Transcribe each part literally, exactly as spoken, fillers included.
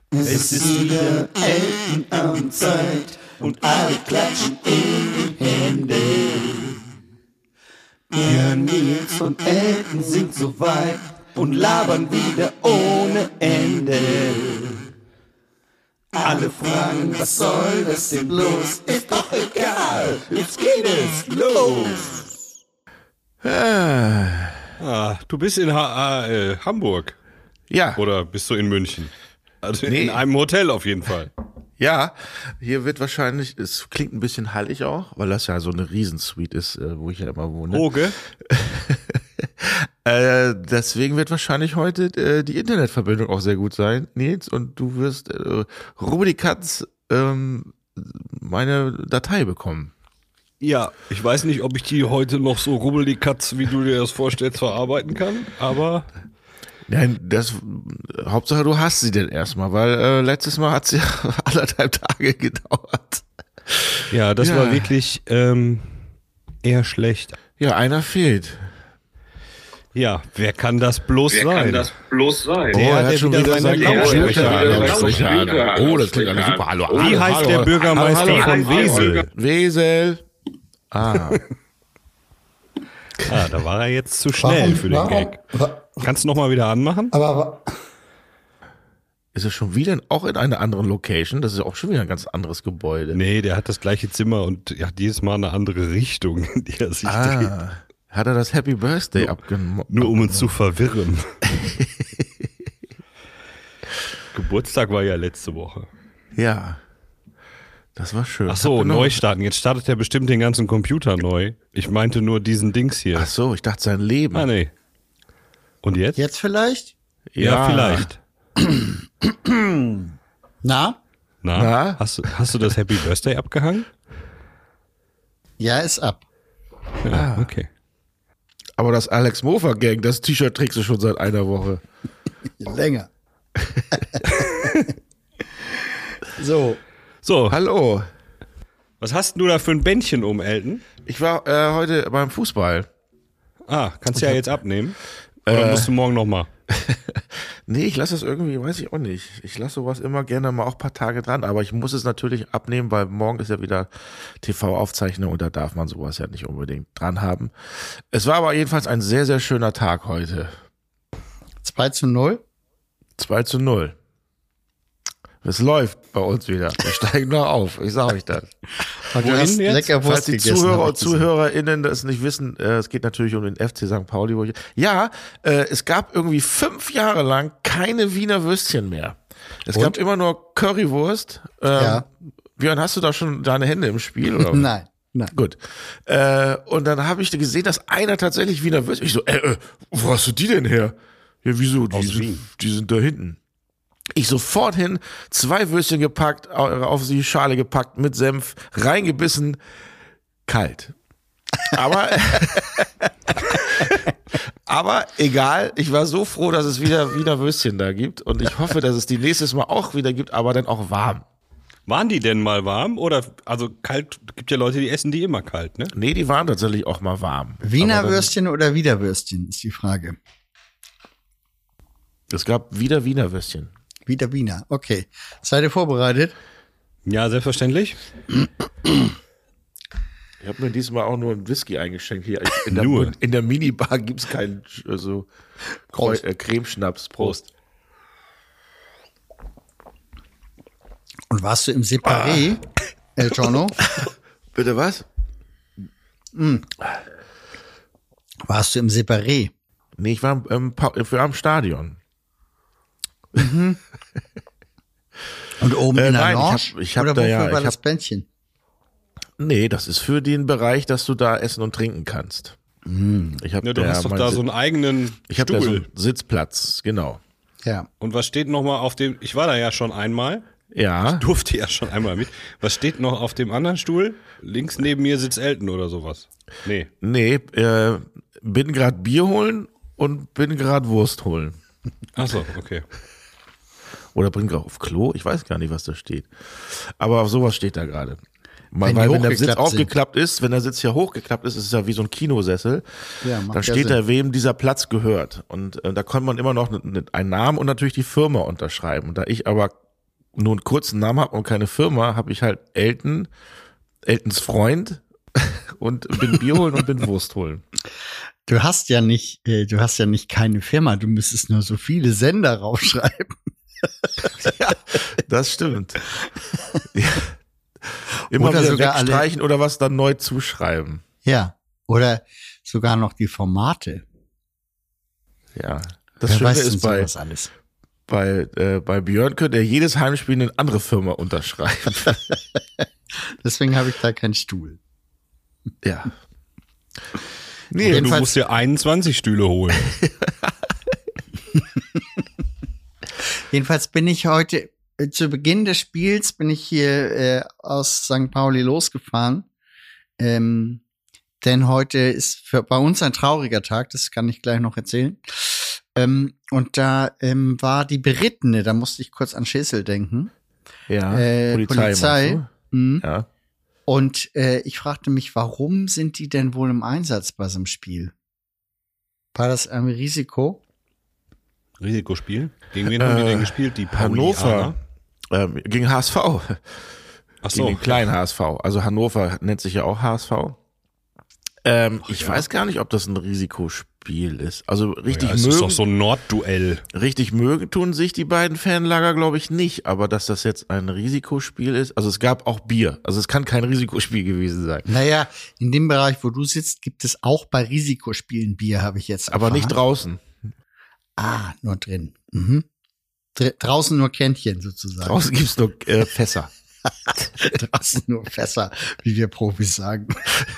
Es ist wieder Elternabend und alle klatschen in die Hände. Björn, Nils und Elton sind so weit und labern wieder ohne Ende. Alle fragen, was soll das denn bloß? Ist doch egal, jetzt geht es los. Ah, du bist in ha äh, Hamburg. Ja. Oder bist du in München? Also Nee. in einem Hotel auf jeden Fall. Ja, hier wird wahrscheinlich, es klingt ein bisschen hallig auch, weil das ja so eine Riesensuite ist, äh, wo ich ja immer wohne. Hoge? Äh, deswegen wird wahrscheinlich heute äh, die Internetverbindung auch sehr gut sein, Nils, und du wirst äh, Rubrikatz ähm, meine Datei bekommen. Ja, ich weiß nicht, ob ich die heute noch so rubbelig-katz, wie du dir das vorstellst, verarbeiten kann, aber... Nein, das Hauptsache du hast sie denn erstmal, weil äh, letztes Mal hat sie anderthalb Tage gedauert. Ja, das Ja. war wirklich ähm, eher schlecht. Ja, einer fehlt. Ja, wer kann das bloß Wer sein? kann das bloß sein? Oh, Der er hat hat ja schon wieder wieder seine seinen Lautsprecher Lautsprecher an. an. Lautsprecher an. Lautsprecher Oh, das klingt an. alles super. Hallo, Wie hallo, heißt hallo, der hallo, Bürgermeister hallo, von hallo, Wesel? Wesel. Ah, Ah, da war er jetzt zu schnell für den Gag. wa- Kannst du nochmal wieder anmachen? Aber wa- ist es schon wieder auch in einer anderen Location? Das ist ja auch schon wieder ein ganz anderes Gebäude. Nee, der hat das gleiche Zimmer und hat jedes Mal eine andere Richtung, in die er sich dreht. Ah, hat er das Happy Birthday abgenommen? Nur um uns zu verwirren. Geburtstag war ja letzte Woche. Ja, das war schön. Ach so, Hab genommen. neu starten. Jetzt startet er bestimmt den ganzen Computer neu. Ich meinte nur diesen Dings hier. Ach so, ich dachte sein Leben. Ah, nee. Und jetzt? jetzt vielleicht? Ja, vielleicht. Na? Na, Na? Hast, du- hast du das Happy Birthday abgehangen? Ja, ist ab. Ja, okay. Aber das Alex Mofer Gang, das T-Shirt trägst du schon seit einer Woche. Länger. so. So, Hallo. was hast du da für ein Bändchen um, Elton? Ich war äh, heute beim Fußball. Ah, kannst du ja jetzt abnehmen. Oder musst du morgen nochmal? Nee, ich lasse es irgendwie, weiß ich auch nicht. Ich lasse sowas immer gerne mal auch ein paar Tage dran, aber ich muss es natürlich abnehmen, weil morgen ist ja wieder T V-Aufzeichnung und da darf man sowas ja nicht unbedingt dran haben. Es war aber jedenfalls ein sehr, sehr schöner Tag heute. zwei zu null. zwei zu null. Es läuft bei uns wieder. Wir steigen noch auf, ich sage euch das. Und du Wohin hast jetzt? lecker Falls Wurst die gegessen. Zuhörer hab und ich gesehen. ZuhörerInnen das nicht wissen, äh, es geht natürlich um den F C Sankt Pauli. Wo ich, ja, äh, es gab irgendwie fünf Jahre lang keine Wiener Würstchen mehr. Es Und? gab immer nur Currywurst. Ähm, Ja. Björn, hast du da schon deine Hände im Spiel? Oder? Nein, nein. Gut. Äh, und dann habe ich gesehen, dass einer tatsächlich Wiener Würstchen. Ich so, äh, äh, wo hast du die denn her? Ja, wieso? Die, Aus sind, Wien. die sind da hinten. Ich sofort hin, zwei Würstchen gepackt, au- auf die Schale gepackt, mit Senf, reingebissen, kalt. Aber, aber egal, ich war so froh, dass es wieder Wiener Würstchen da gibt und ich hoffe, dass es die nächstes Mal auch wieder gibt, aber dann auch warm. Waren die denn mal warm? Oder, also kalt, gibt ja Leute, die essen die immer kalt, ne? Nee, die waren tatsächlich auch mal warm. Wiener Aber dann- Würstchen oder Wiederwürstchen ist die Frage. Es gab wieder Wiener Würstchen. Wieder Wiener. Okay. Seid ihr vorbereitet? Ja, selbstverständlich. Ich habe mir diesmal auch nur einen Whisky eingeschenkt. Hier in der, Nur? in der Minibar gibt's keinen äh, so Kreu- äh, Cremeschnaps. Prost. Und warst du im Separé, El Giorno? Bitte was? Warst du im Separé? Nee, ich war im, Pa- ich war im Stadion. Und oben Äh, in der nein, ich hab- Lounge? ich hab Oder da wofür ja- war ich das hab- Bändchen? Nee, das ist für den Bereich, dass du da essen und trinken kannst. Ich habe Ja, du hast doch da so einen eigenen ich hab da so Stuhl. einen Sitzplatz, genau. Ja. Und was steht nochmal auf dem, ich war da ja schon einmal, Ja, durfte ja schon einmal mit. Was steht noch auf dem anderen Stuhl? Links neben mir sitzt Elton oder sowas. Nee. nee, äh, bin gerade Bier holen und bin gerade Wurst holen. Ach so, okay. Oder bin gerade auf Klo, ich weiß gar nicht, was da steht. Aber auf sowas steht da gerade. Weil, Wenn die weil wenn der Sitz hochgeklappt sind. aufgeklappt ist, wenn der Sitz ja hochgeklappt ist, ist es ja wie so ein Kinosessel. Ja, macht Dann ja steht Sinn. da, wem dieser Platz gehört. Und äh, da kann man immer noch n- n- einen Namen und natürlich die Firma unterschreiben. Und da ich aber nur einen kurzen Namen habe und keine Firma, habe ich halt Elton, Eltons Freund und bin Bier holen und bin Wurst holen. Du hast ja nicht, äh, du hast ja nicht keine Firma, du müsstest nur so viele Sender raufschreiben. Ja, das stimmt. Ja. Immer Oder wieder sogar alle- wegstreichen oder was dann neu zuschreiben. Ja. Oder sogar noch die Formate. Ja. Das Wer Schöne weiß denn ist bei, sowas alles. bei, äh, bei Björn könnte er jedes Heimspiel eine andere Firma unterschreiben. Deswegen habe ich da keinen Stuhl. Ja. Nee, Jedenfalls- du musst dir einundzwanzig Stühle holen. Jedenfalls bin ich heute, äh, zu Beginn des Spiels bin ich hier äh, aus Sankt Pauli losgefahren. Ähm, denn heute ist für, bei uns ein trauriger Tag, das kann ich gleich noch erzählen. Ähm, und da ähm, war die Berittene, da musste ich kurz an Schissel denken. Ja. Äh, Polizei. Polizei. meinst Mhm. du? Ja. Und äh, ich fragte mich, warum sind die denn wohl im Einsatz bei so einem Spiel? War das ein Risiko? Risikospiel? Gegen wen haben die Äh, denn gespielt? Die Hannover. Ähm, gegen H S V. Ach Gegen so. den kleinen H S V. Also Hannover nennt sich ja auch H S V. Ähm, ich ja. weiß gar nicht, ob das ein Risikospiel ist. Also richtig Ja, es ist mögen, doch so ein Nordduell. richtig mögen tun sich die beiden Fanlager, glaube ich, nicht. Aber dass das jetzt ein Risikospiel ist, also es gab auch Bier. Also es kann kein Risikospiel gewesen sein. Naja, in dem Bereich, wo du sitzt, gibt es auch bei Risikospielen Bier, habe ich jetzt Aber erfahren. nicht draußen. Ah, nur drin. Mhm. Dr draußen nur Kännchen sozusagen. Draußen gibt's nur äh, Fässer. Draußen nur Fässer, wie wir Profis sagen.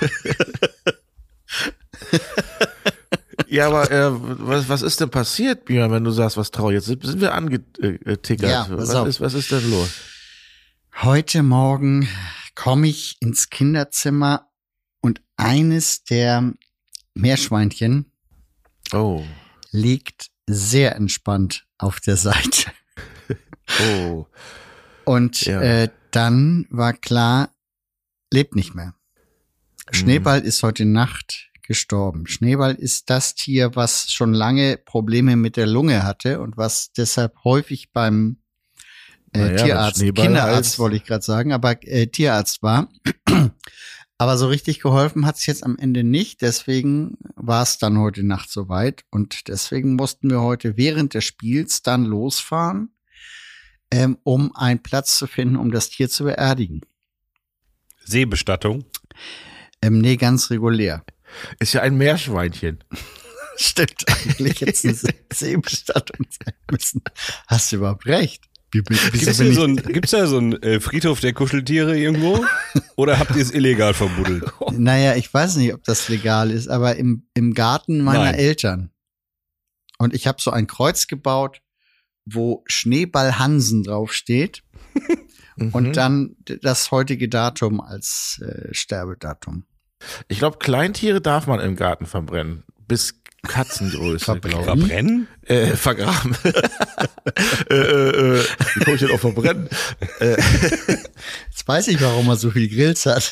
Ja, aber äh, was, was ist denn passiert, Björn, wenn du sagst, was traurig? Jetzt sind sind wir angetickert. Ja, pass was, auf. ist, was ist denn los? Heute Morgen komme ich ins Kinderzimmer und eines der Meerschweinchen Oh, liegt sehr entspannt auf der Seite. oh. Und Ja. äh, dann war klar, lebt nicht mehr. Schneeball ist heute Nacht gestorben. Schneeball ist das Tier, was schon lange Probleme mit der Lunge hatte und was deshalb häufig beim äh, Naja, wenn Tierarzt, Schneeball Kinderarzt heißt- wollte ich gerade sagen, aber äh, Tierarzt war. Aber so richtig geholfen hat es jetzt am Ende nicht. Deswegen war es dann heute Nacht soweit. Und deswegen mussten wir heute während des Spiels dann losfahren, ähm, um einen Platz zu finden, um das Tier zu beerdigen. Seebestattung. Ähm, nee, ganz regulär. Ist ja ein Meerschweinchen. Stimmt eigentlich jetzt eine See- Seebestattung sein müssen. Hast du überhaupt recht? Wie, wie, wieso Gibt's bin hier ich- so ein, gibt's da so einen äh, Friedhof der Kuscheltiere irgendwo? Oder habt ihr es illegal verbuddelt? Naja, ich weiß nicht, ob das legal ist, aber im, im Garten meiner Nein. Eltern. Und ich habe so ein Kreuz gebaut, wo Schneeball Hansen draufsteht Mhm. und dann d- das heutige Datum als äh, Sterbedatum. Ich glaube, Kleintiere darf man im Garten verbrennen. Bis Katzengröße, Verbrennen? glaube Verbrennen? ich. Äh, vergraben. äh, äh, äh, wie komme ich denn auf verbrennen? Jetzt weiß ich, warum er so viel Grills hat.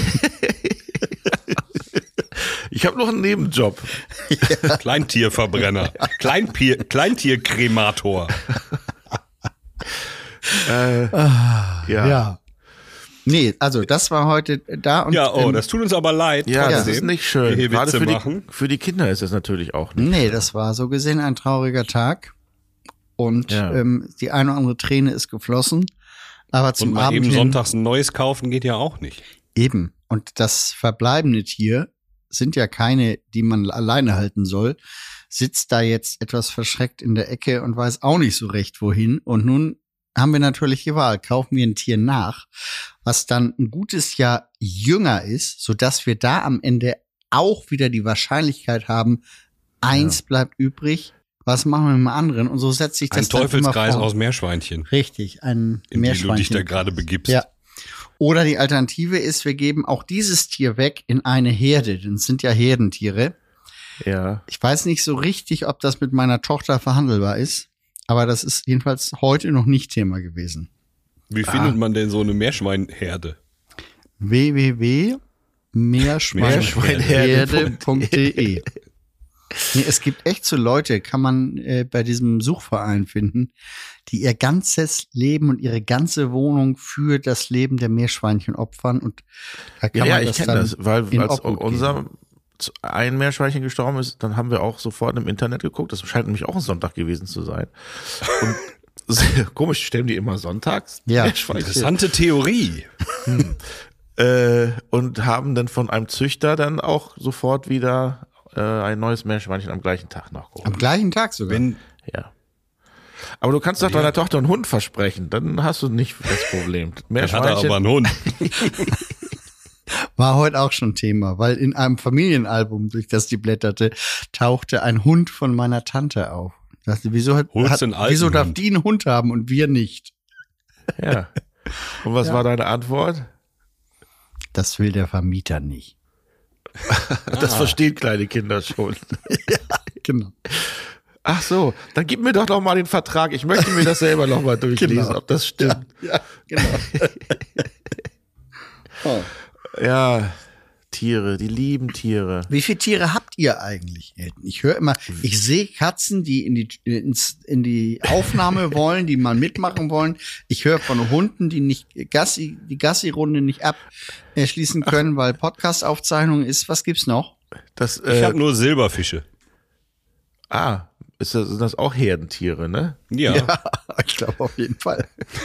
Ich habe noch einen Nebenjob. Kleintierverbrenner. Kleintier, Kleintierkremator. Äh, ja. Nee, also das war heute da und Ja, oh, ähm, das tut uns aber leid. Ja, das trotzdem, ist nicht wir schön. hier Gerade Witze für die, machen. für die Kinder ist es natürlich auch nicht. nee, das war so gesehen ein trauriger Tag. Und Ja. ähm, die eine oder andere Träne ist geflossen. Aber zum Und mal Abend eben hin- sonntags ein neues kaufen geht ja auch nicht. Eben. Und das verbleibende Tier sind ja keine, die man alleine halten soll, sitzt da jetzt etwas verschreckt in der Ecke und weiß auch nicht so recht wohin. Und nun haben wir natürlich die Wahl. Kaufen wir ein Tier nach, was dann ein gutes Jahr jünger ist, sodass wir da am Ende auch wieder die Wahrscheinlichkeit haben, eins bleibt übrig. Was machen wir mit dem anderen? Und so setzt sich das Ein dann Teufelskreis immer vor. aus Meerschweinchen, Richtig, ein in den du dich da Meerschweinchen. gerade begibst. Ja. Oder die Alternative ist, wir geben auch dieses Tier weg in eine Herde. Denn es sind ja Herdentiere. Ja. Ich weiß nicht so richtig, ob das mit meiner Tochter verhandelbar ist. Aber das ist jedenfalls heute noch nicht Thema gewesen. Wie findet man denn so eine Meerschweinherde? w w w punkt meerschweinherde punkt de Nee, es gibt echt so Leute, kann man äh, bei diesem Suchverein finden, die ihr ganzes Leben und ihre ganze Wohnung für das Leben der Meerschweinchen opfern. Und da kann Ja, ja, man ich das kenne dann das, weil in als Obhut unser geben. ein Meerschweinchen gestorben ist, dann haben wir auch sofort im Internet geguckt. Das scheint nämlich auch ein Sonntag gewesen zu sein. Und sehr komisch, stellen die immer sonntags Ja, Meerschweinchen. Interessante Theorie. Äh, und haben dann von einem Züchter dann auch sofort wieder äh, ein neues Meerschweinchen am gleichen Tag nachgeholt. Am gleichen Tag sogar. Wenn, Ja. Aber du kannst doch deiner Tochter einen Hund versprechen, dann hast du nicht das Problem. dann hat er aber einen Hund. War heute auch schon Thema, weil in einem Familienalbum, durch das die blätterte, tauchte ein Hund von meiner Tante auf. Ich dachte, wieso, hat, Holst hat, den alten wieso darf Hund. die einen Hund haben und wir nicht? Ja. Und was Ja. war deine Antwort? Das will der Vermieter nicht. Das verstehen kleine Kinder schon. Genau. Ach so, dann gib mir doch noch mal den Vertrag. Ich möchte mir das selber noch mal durchlesen, Genau. ob das stimmt. Ja, genau. Oh. Ja, Tiere, die lieben Tiere. Wie viele Tiere habt ihr eigentlich, Elton? Ich höre immer, ich sehe Katzen, die in die, ins, in die Aufnahme wollen, die mal mitmachen wollen. Ich höre von Hunden, die nicht Gassi, die Gassi-Runde nicht abschließen können, weil Podcast-Aufzeichnung ist. Was gibt's noch? Das, Ich äh, habe nur Silberfische. ah, ist das, sind das auch Herdentiere, ne? Ja. Ich glaube auf jeden Fall.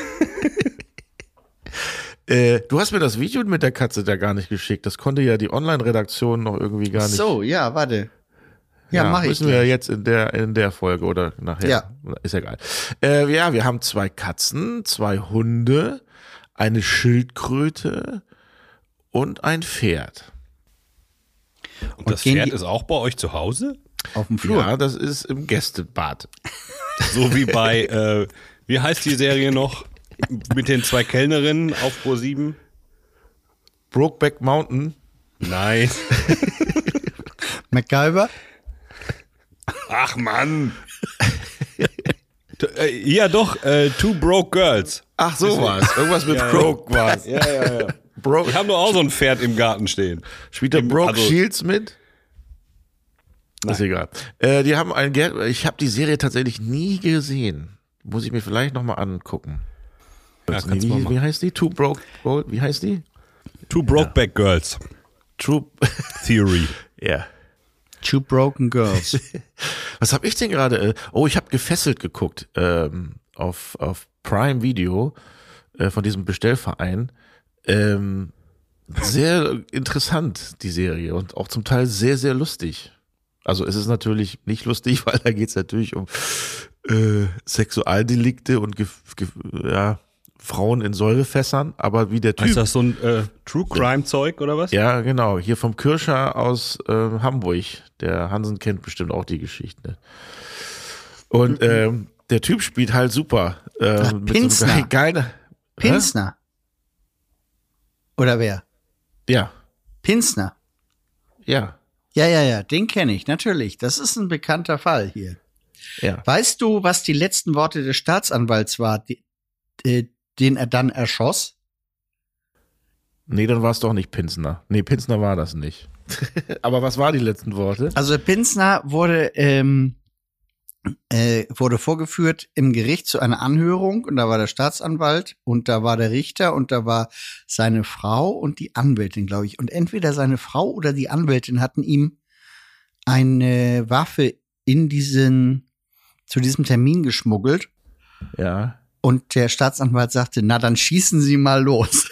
Äh, du hast mir das Video mit der Katze da gar nicht geschickt. Das konnte ja die Online-Redaktion noch irgendwie gar nicht. So, ja, warte. Ja, mach ich. Müssen wir ja gleich. jetzt in der, in der Folge oder nachher. Ja. Ist egal. Äh, ja, wir haben zwei Katzen, zwei Hunde, eine Schildkröte und ein Pferd. Und das gehen Pferd die- ist auch bei euch zu Hause? Auf dem Flur. Ja, das ist im Gästebad. So wie bei, äh, wie heißt die Serie noch? Mit den zwei Kellnerinnen auf Pro sieben? Brokeback Mountain. Nein. MacGyver? Ach Mann. T- äh, ja doch, äh, Two Broke Girls. Ach, so war's. Irgendwas mit Ja, ja. Broke war's. Ja, ja, ja. Broke. Wir haben doch auch so ein Pferd im Garten stehen. Spielt der Im- Brooke also- Shields mit? Ist egal. Äh, die haben ein Ger ich habe die Serie tatsächlich nie gesehen. Muss ich mir vielleicht noch mal angucken. Ja, kannst du mal wie, machen. wie heißt die? Two Broke Gold? Wie heißt die? Two Brokeback Girls True. Theory. Ja. Two Broken Girls. Was habe ich denn gerade? äh, Oh, ich habe gefesselt geguckt ähm, auf auf Prime Video äh, von diesem Bestellverein. Ähm, sehr interessant die Serie und auch zum Teil sehr sehr lustig. Also es ist natürlich nicht lustig, weil da geht es natürlich um äh, Sexualdelikte und gef- gef- ja, Frauen in Säurefässern, aber wie der Typ. Ist das so ein äh, True Crime Zeug oder was? Ja, genau. Hier vom Kirscher aus äh, Hamburg. Der Hansen kennt bestimmt auch die Geschichte. Und ähm, der Typ spielt halt super. Äh, Ach, mit Pinsner. so einem geilen, Pinsner. Oder wer? ja, Pinsner. ja, Ja, ja, ja, den kenne ich, natürlich. Das ist ein bekannter Fall hier. ja. Weißt du, was die letzten Worte des Staatsanwalts war, die, äh, den er dann erschoss? Nee, dann war es doch nicht Pinsner. Nee, Pinsner war das nicht. Aber was waren die letzten Worte? Also Pinsner wurde, ähm, äh, wurde vorgeführt im Gericht zu einer Anhörung und da war der Staatsanwalt und da war der Richter und da war seine Frau und die Anwältin, glaube ich. Und entweder seine Frau oder die Anwältin hatten ihm eine Waffe in diesen, zu diesem Termin geschmuggelt Ja. und der Staatsanwalt sagte, na dann schießen Sie mal los.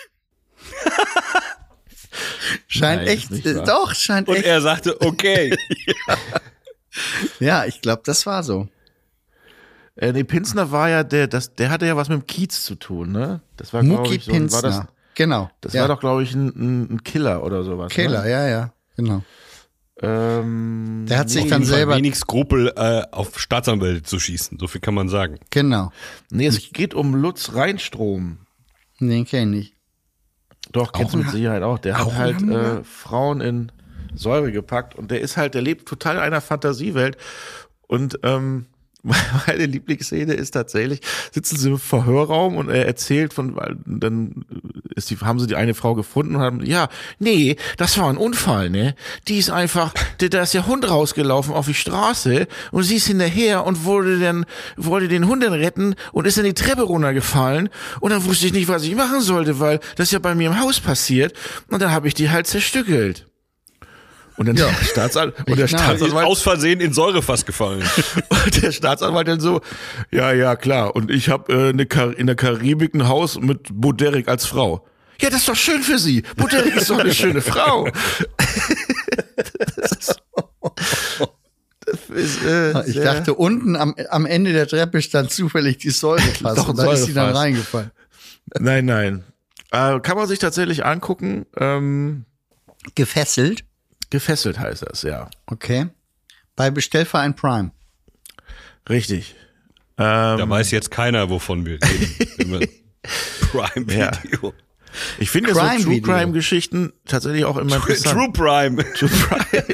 Scheint Nein, echt, ist nicht äh, wahr. doch, scheint Und echt. er sagte, okay. Ja, ich glaube, das war so. Äh, nee, Pinsner war ja der, das, der hatte ja was mit dem Kiez zu tun, ne? Das war, glaube Muki ich, so, ein- war Pinsner. das, Genau. das ja. war doch, glaube ich, ein, ein, ein Killer oder sowas. Killer, Ne? ja, ja, genau. Ähm, Der hat sich Auf dann jeden Fall selber, wenig Skrupel, äh, auf Staatsanwälte zu schießen. So viel kann man sagen. genau. nee, es geht um Lutz Reinstrom. Den kenn ich. Doch, kennst du ein mit Sicherheit auch. Der auch hat ein halt Hamburger? äh, Frauen in Säure gepackt und der ist halt, der lebt total in einer Fantasiewelt. Und ähm, meine Lieblingsszene ist tatsächlich, sitzen sie im Verhörraum und er erzählt von, weil dann ist die, haben sie die eine Frau gefunden und haben, ja, nee, das war ein Unfall, ne? Die ist einfach, da, da ist der Hund rausgelaufen auf die Straße und sie ist hinterher und wollte dann, wollte den Hund dann retten und ist dann die Treppe runtergefallen und dann wusste ich nicht, was ich machen sollte, weil das ja bei mir im Haus passiert und dann habe ich die halt zerstückelt. Und dann ja. der Staatsanwalt, und der Staatsanwalt aus Versehen in Säurefass gefallen. Und der Staatsanwalt dann so, ja, ja, klar. Und ich habe äh, ne Kar- in der Karibik ein Haus mit Bo Derek als Frau. Ja, das ist doch schön für Sie. Bo Derek ist doch eine schöne Frau. Das ist, das ist, äh, ich dachte, unten am, am Ende der Treppe stand zufällig die Säurefass Doch, und da ist sie dann Säurefass. reingefallen. Nein, nein. Äh, kann man sich tatsächlich angucken. Ähm, Gefesselt? Gefesselt heißt das, ja. Okay. Bei Bestellverein Prime. Richtig. Ähm, Da weiß jetzt keiner, wovon wir reden. Prime Video. Ja. Ich finde ja so True Video. Crime Geschichten tatsächlich auch immer True, interessant. True Prime. True Crime.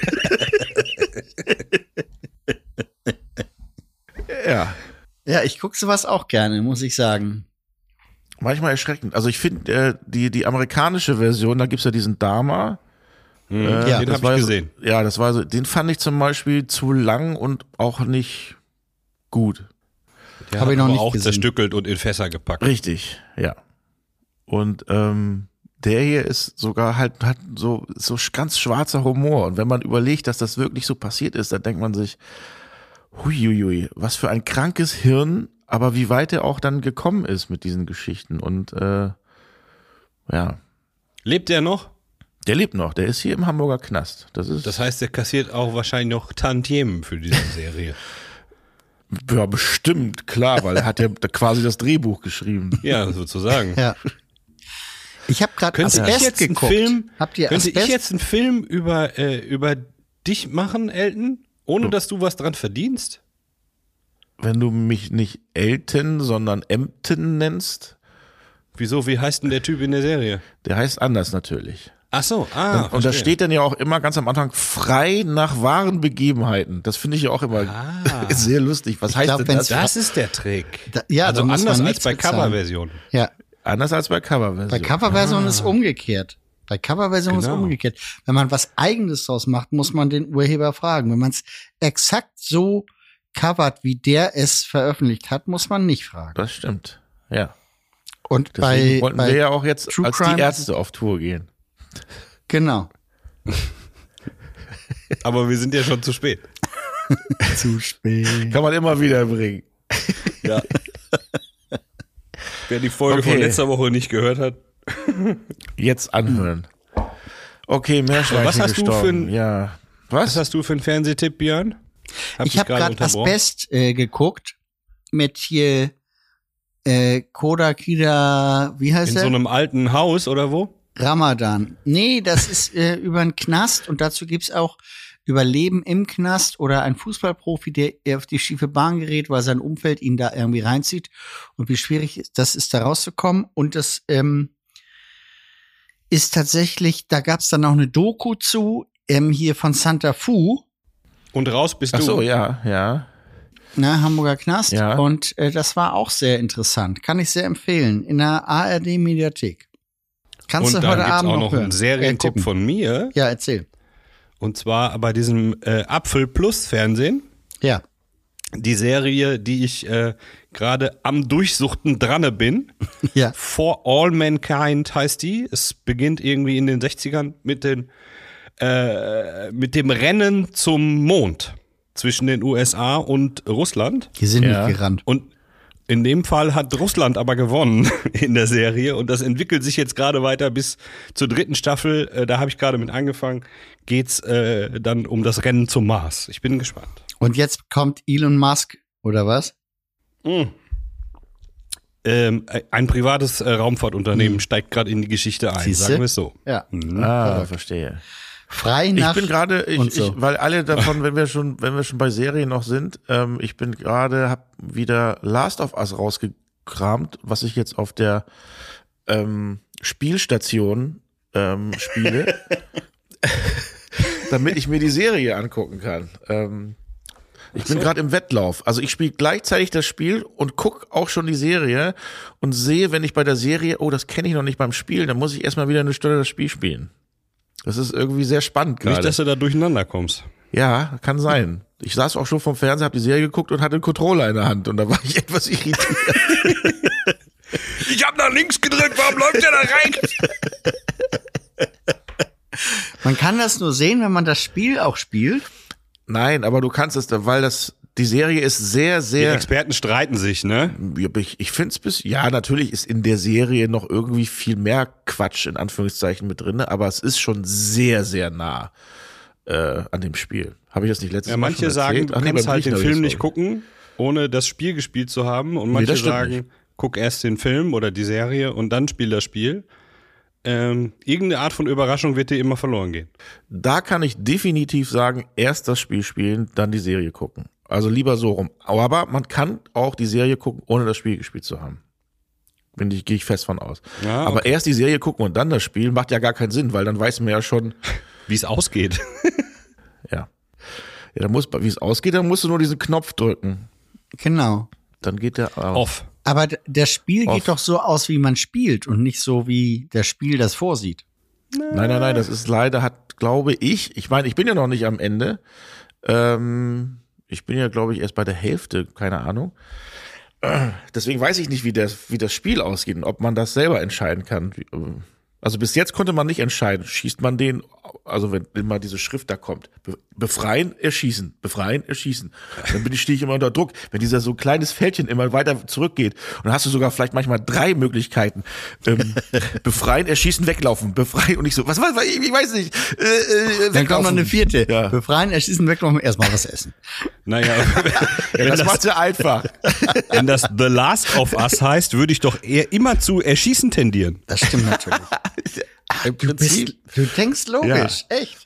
Ja. Ja, ich gucke sowas auch gerne, muss ich sagen. Manchmal erschreckend. Also ich finde äh, die die amerikanische Version, da gibt's ja diesen Dharma. Mhm, äh, ja, den das habe war ich so, gesehen. Ja, das war so. Den fand ich zum Beispiel zu lang und auch nicht gut. Der Hab hat ich noch aber nicht auch gesehen. zerstückelt und in Fässer gepackt. Richtig, ja. Und ähm, der hier ist sogar halt hat so so ganz schwarzer Humor. Und wenn man überlegt, dass das wirklich so passiert ist, dann denkt man sich, huiuiui, was für ein krankes Hirn, aber wie weit er auch dann gekommen ist mit diesen Geschichten. Und äh, ja, Lebt der noch? der lebt noch. Der ist hier im Hamburger Knast. Das ist Das heißt, der kassiert auch wahrscheinlich noch Tantiemen für diese Serie. ja bestimmt klar, weil er hat ja quasi das Drehbuch geschrieben. Ja, sozusagen. Ja. Ich habe gerade Könnte ich Asbest jetzt einen geguckt. Film, Habt ihr könnte Asbest? ich jetzt einen Film über, äh, über dich machen, Elton, ohne dass du was dran verdienst? Wenn du mich nicht Elton, sondern Emton nennst, Wieso? Wie heißt denn der Typ in der Serie? der heißt anders natürlich. Ach so, ah, Und da steht dann ja auch immer ganz am Anfang frei nach wahren Begebenheiten. Das finde ich ja auch immer Ah. sehr lustig. Was Ich heißt glaub, denn wenn's das? Das ist der Trick. Da, ja, also da muss anders man als nichts bei bezahlen. Coverversion. Ja, Anders als bei Coverversion. bei Coverversion ist umgekehrt. Bei Coverversion ist Genau. umgekehrt. Wenn man was Eigenes draus macht, muss man den Urheber fragen. Wenn man es exakt so covert, wie der es veröffentlicht hat, muss man nicht fragen. Das stimmt. Ja. Und Deswegen bei, wollten bei wir ja auch jetzt True als Crime- die Ärzte auf Tour gehen. genau. Aber wir sind ja schon zu spät. Zu spät. Kann man immer wieder bringen. Ja. Wer die Folge Okay. von letzter Woche nicht gehört hat. Jetzt anhören. Okay, Meerschweinchen Was hast du gestorben. für ein- Ja. Was Was? hast du für einen Fernsehtipp, Björn? Hab Ich dich habe gerade unterbrochen? Asbest äh, geguckt mit hier äh, Koda Kida, wie heißt In der? so einem alten Haus oder wo? Ramadan. Nee, das ist äh, über einen Knast und dazu gibt's auch Überleben im Knast oder ein Fußballprofi, der auf die schiefe Bahn gerät, weil sein Umfeld ihn da irgendwie reinzieht und wie schwierig das ist, da rauszukommen. Und das ähm, ist tatsächlich, da gab's dann noch eine Doku zu, ähm, hier von Santa Fu, Und raus bist Ach du. so, ja, ja. ne, Hamburger Knast. Ja. Und äh, das war auch sehr interessant. Kann ich sehr empfehlen. In der A R D-Mediathek. Kannst Und du dann heute gibt's Abend auch noch noch hören. einen Serientipp Äh, gucken. von mir. Ja, erzähl. Und zwar bei diesem äh, Apfel Plus Fernsehen. Ja. Die Serie, die ich äh, gerade am Durchsuchten dran bin. Ja. For All Mankind heißt die. Es beginnt irgendwie in den sechzigern mit, den, äh, mit dem Rennen zum Mond zwischen den U S A und Russland. Die sind Ja. nicht gerannt. Und in dem Fall hat Russland aber gewonnen in der Serie und das entwickelt sich jetzt gerade weiter bis zur dritten Staffel. Äh, da habe ich gerade mit angefangen. Geht's äh, dann um das Rennen zum Mars. Ich bin gespannt. Und jetzt kommt Elon Musk, oder was? Mhm. Ähm, ein privates äh, Raumfahrtunternehmen Mhm. steigt gerade in die Geschichte ein, Siehste? sagen wir es so. Ja. Mhm. Ah, verstehe. Frei Ich nach. bin gerade, ich, und so. ich, weil alle davon, wenn wir schon, wenn wir schon bei Serien noch sind, ähm, ich bin gerade, hab wieder Last of Us rausgekramt, was ich jetzt auf der ähm, Spielstation ähm, spiele, damit ich mir die Serie angucken kann. Ähm, Ich bin gerade im Wettlauf. Also ich spiele gleichzeitig das Spiel und guck auch schon die Serie und sehe, wenn ich bei der Serie, oh, das kenne ich noch nicht beim Spielen, dann muss ich erstmal wieder eine Stunde das Spiel spielen. Das ist irgendwie sehr spannend gerade. Nicht, dass du da durcheinander kommst. Ja, kann sein. Ich saß auch schon vom Fernseher, habe die Serie geguckt und hatte einen Controller in der Hand und da war ich etwas irritiert. Ich hab nach links gedrückt, warum läuft der da rechts? Man kann das nur sehen, wenn man das Spiel auch spielt. Nein, aber du kannst es, weil das die Serie ist sehr, Die sehr. Experten streiten sich, ne? Ich, ich finde es bis. Ja, natürlich ist in der Serie noch irgendwie viel mehr Quatsch in Anführungszeichen mit drin, aber es ist schon sehr, sehr nah äh, an dem Spiel. Habe ich das nicht letztes Ja, Mal manche schon sagen, erzählt? du Ach, nee, kannst beim halt den Griechen Film habe nicht ich's gucken, ohne das Spiel gespielt zu haben. Und manche das stimmt sagen, nicht. guck erst den Film oder die Serie und dann spiel das Spiel. Ähm, irgendeine Art von Überraschung wird dir immer verloren gehen. Da kann ich definitiv sagen, erst das Spiel spielen, dann die Serie gucken. Also lieber so rum. Aber man kann auch die Serie gucken, ohne das Spiel gespielt zu haben. Bin ich, gehe ich fest von aus. Ja, Aber erst die Serie gucken und dann das Spiel macht ja gar keinen Sinn, weil dann weiß man ja schon, wie es ausgeht. ja. Ja, dann muss, wie es ausgeht, dann musst du nur diesen Knopf drücken. Genau. Dann geht der auf. Off. Aber d- das Spiel Off. geht doch so aus, wie man spielt und nicht so, wie das Spiel das vorsieht. Nein, nein, nein, das ist leider, hat, glaube ich, ich meine, ich bin ja noch nicht am Ende. Ähm, ich bin ja, glaube ich, erst bei der Hälfte, keine Ahnung. Äh, Deswegen weiß ich nicht, wie das, wie das Spiel ausgeht und ob man das selber entscheiden kann. Wie, äh, Also bis jetzt konnte man nicht entscheiden, schießt man den, also wenn immer diese Schrift da kommt, be- befreien, erschießen, befreien, erschießen. Dann bin ich, stehe ich immer unter Druck, wenn dieser so kleines Fältchen immer weiter zurückgeht. Und dann hast du sogar vielleicht manchmal drei Möglichkeiten. Ähm, befreien, erschießen, weglaufen, befreien und ich so, was, was, was ich, ich weiß nicht. Äh, äh, Dann kommt noch eine vierte. Ja. Befreien, erschießen, weglaufen, erstmal was essen. Naja, Ja, das, macht's ja einfach. wenn das The Last of Us heißt, würde ich doch eher immer zu Erschießen tendieren. Das stimmt natürlich. Im Du, bist, du denkst logisch, echt.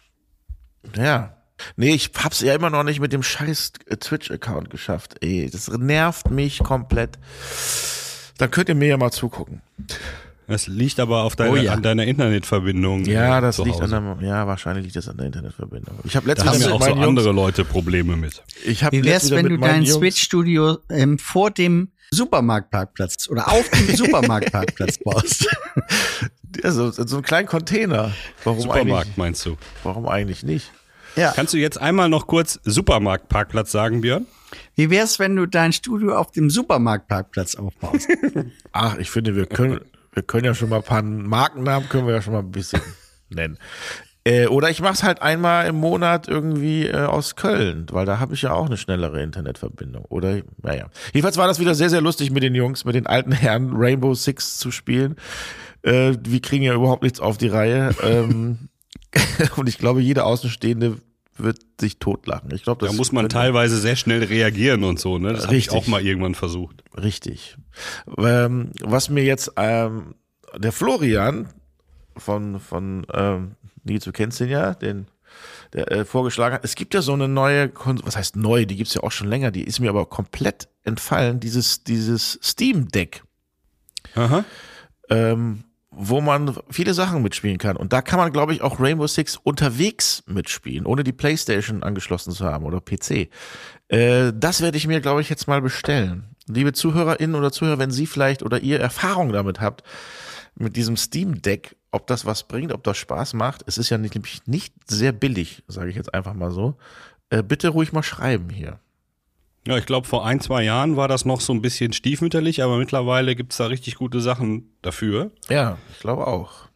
Ja. Nee, ich hab's ja immer noch nicht mit dem scheiß äh, Twitch-Account geschafft. Ey, das nervt mich komplett. Dann könnt ihr mir ja mal zugucken. Das liegt aber auf deiner, Oh ja. an deiner Internetverbindung. Ja, äh, das zu liegt Hause. an der, ja, wahrscheinlich liegt das an der Internetverbindung. Ich habe Da letztens haben ja mit auch so meinen Jungs, andere Leute Probleme mit. ich hab Wie wär's, letztens wenn mit du meinen dein Jungs- Switch-Studio ähm, vor dem Supermarktparkplatz oder auf dem Supermarktparkplatz baust? Ja, so, so einen kleinen Container. Warum Supermarkt, eigentlich? meinst du? Warum eigentlich nicht? Ja. Kannst du jetzt einmal noch kurz Supermarktparkplatz sagen, Björn? Wie wär's, wenn du dein Studio auf dem Supermarktparkplatz aufbaust? Ach, ich finde, wir können, wir können ja schon mal ein paar Markennamen können wir ja schon mal ein bisschen nennen. Äh, oder ich mach's halt einmal im Monat irgendwie äh, aus Köln, weil da habe ich ja auch eine schnellere Internetverbindung. Oder, naja. Jedenfalls war das wieder sehr, sehr lustig mit den Jungs, mit den alten Herren Rainbow Six zu spielen. Äh, wir kriegen ja überhaupt nichts auf die Reihe. ähm, und ich glaube, jeder Außenstehende wird sich totlachen. Ich glaube, das Da muss man könnte- teilweise sehr schnell reagieren und so, ne? Das habe ich Richtig. auch mal irgendwann versucht. Richtig. Ähm, was mir jetzt ähm, der Florian von, von ähm, Nils, du kennst den ja, den der äh, vorgeschlagen hat. Es gibt ja so eine neue, Kon- was heißt neu, die gibt's ja auch schon länger, die ist mir aber komplett entfallen, dieses, dieses Steam Deck, Aha. ähm, wo man viele Sachen mitspielen kann. Und da kann man, glaube ich, auch Rainbow Six unterwegs mitspielen, ohne die PlayStation angeschlossen zu haben oder P C. Äh, das werde ich mir, glaube ich, jetzt mal bestellen. Liebe ZuhörerInnen oder Zuhörer, wenn Sie vielleicht oder ihr Erfahrung damit habt, mit diesem Steam Deck, ob das was bringt, ob das Spaß macht. Es ist ja nicht, nämlich nicht sehr billig, sage ich jetzt einfach mal so. Äh, bitte ruhig mal schreiben hier. Ja, ich glaube, vor ein, zwei Jahren war das noch so ein bisschen stiefmütterlich, aber mittlerweile gibt's da richtig gute Sachen dafür. Ja, ich glaube auch.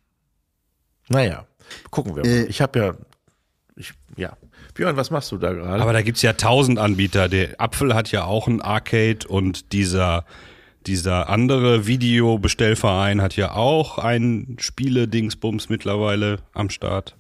Naja, gucken wir mal. Äh, ich habe ja, ich, ja. Björn, was machst du da gerade? Aber da gibt's ja tausend Anbieter. Der Apfel hat ja auch ein Arcade und dieser, dieser andere Videobestellverein hat ja auch ein Spiele-Dingsbums mittlerweile am Start.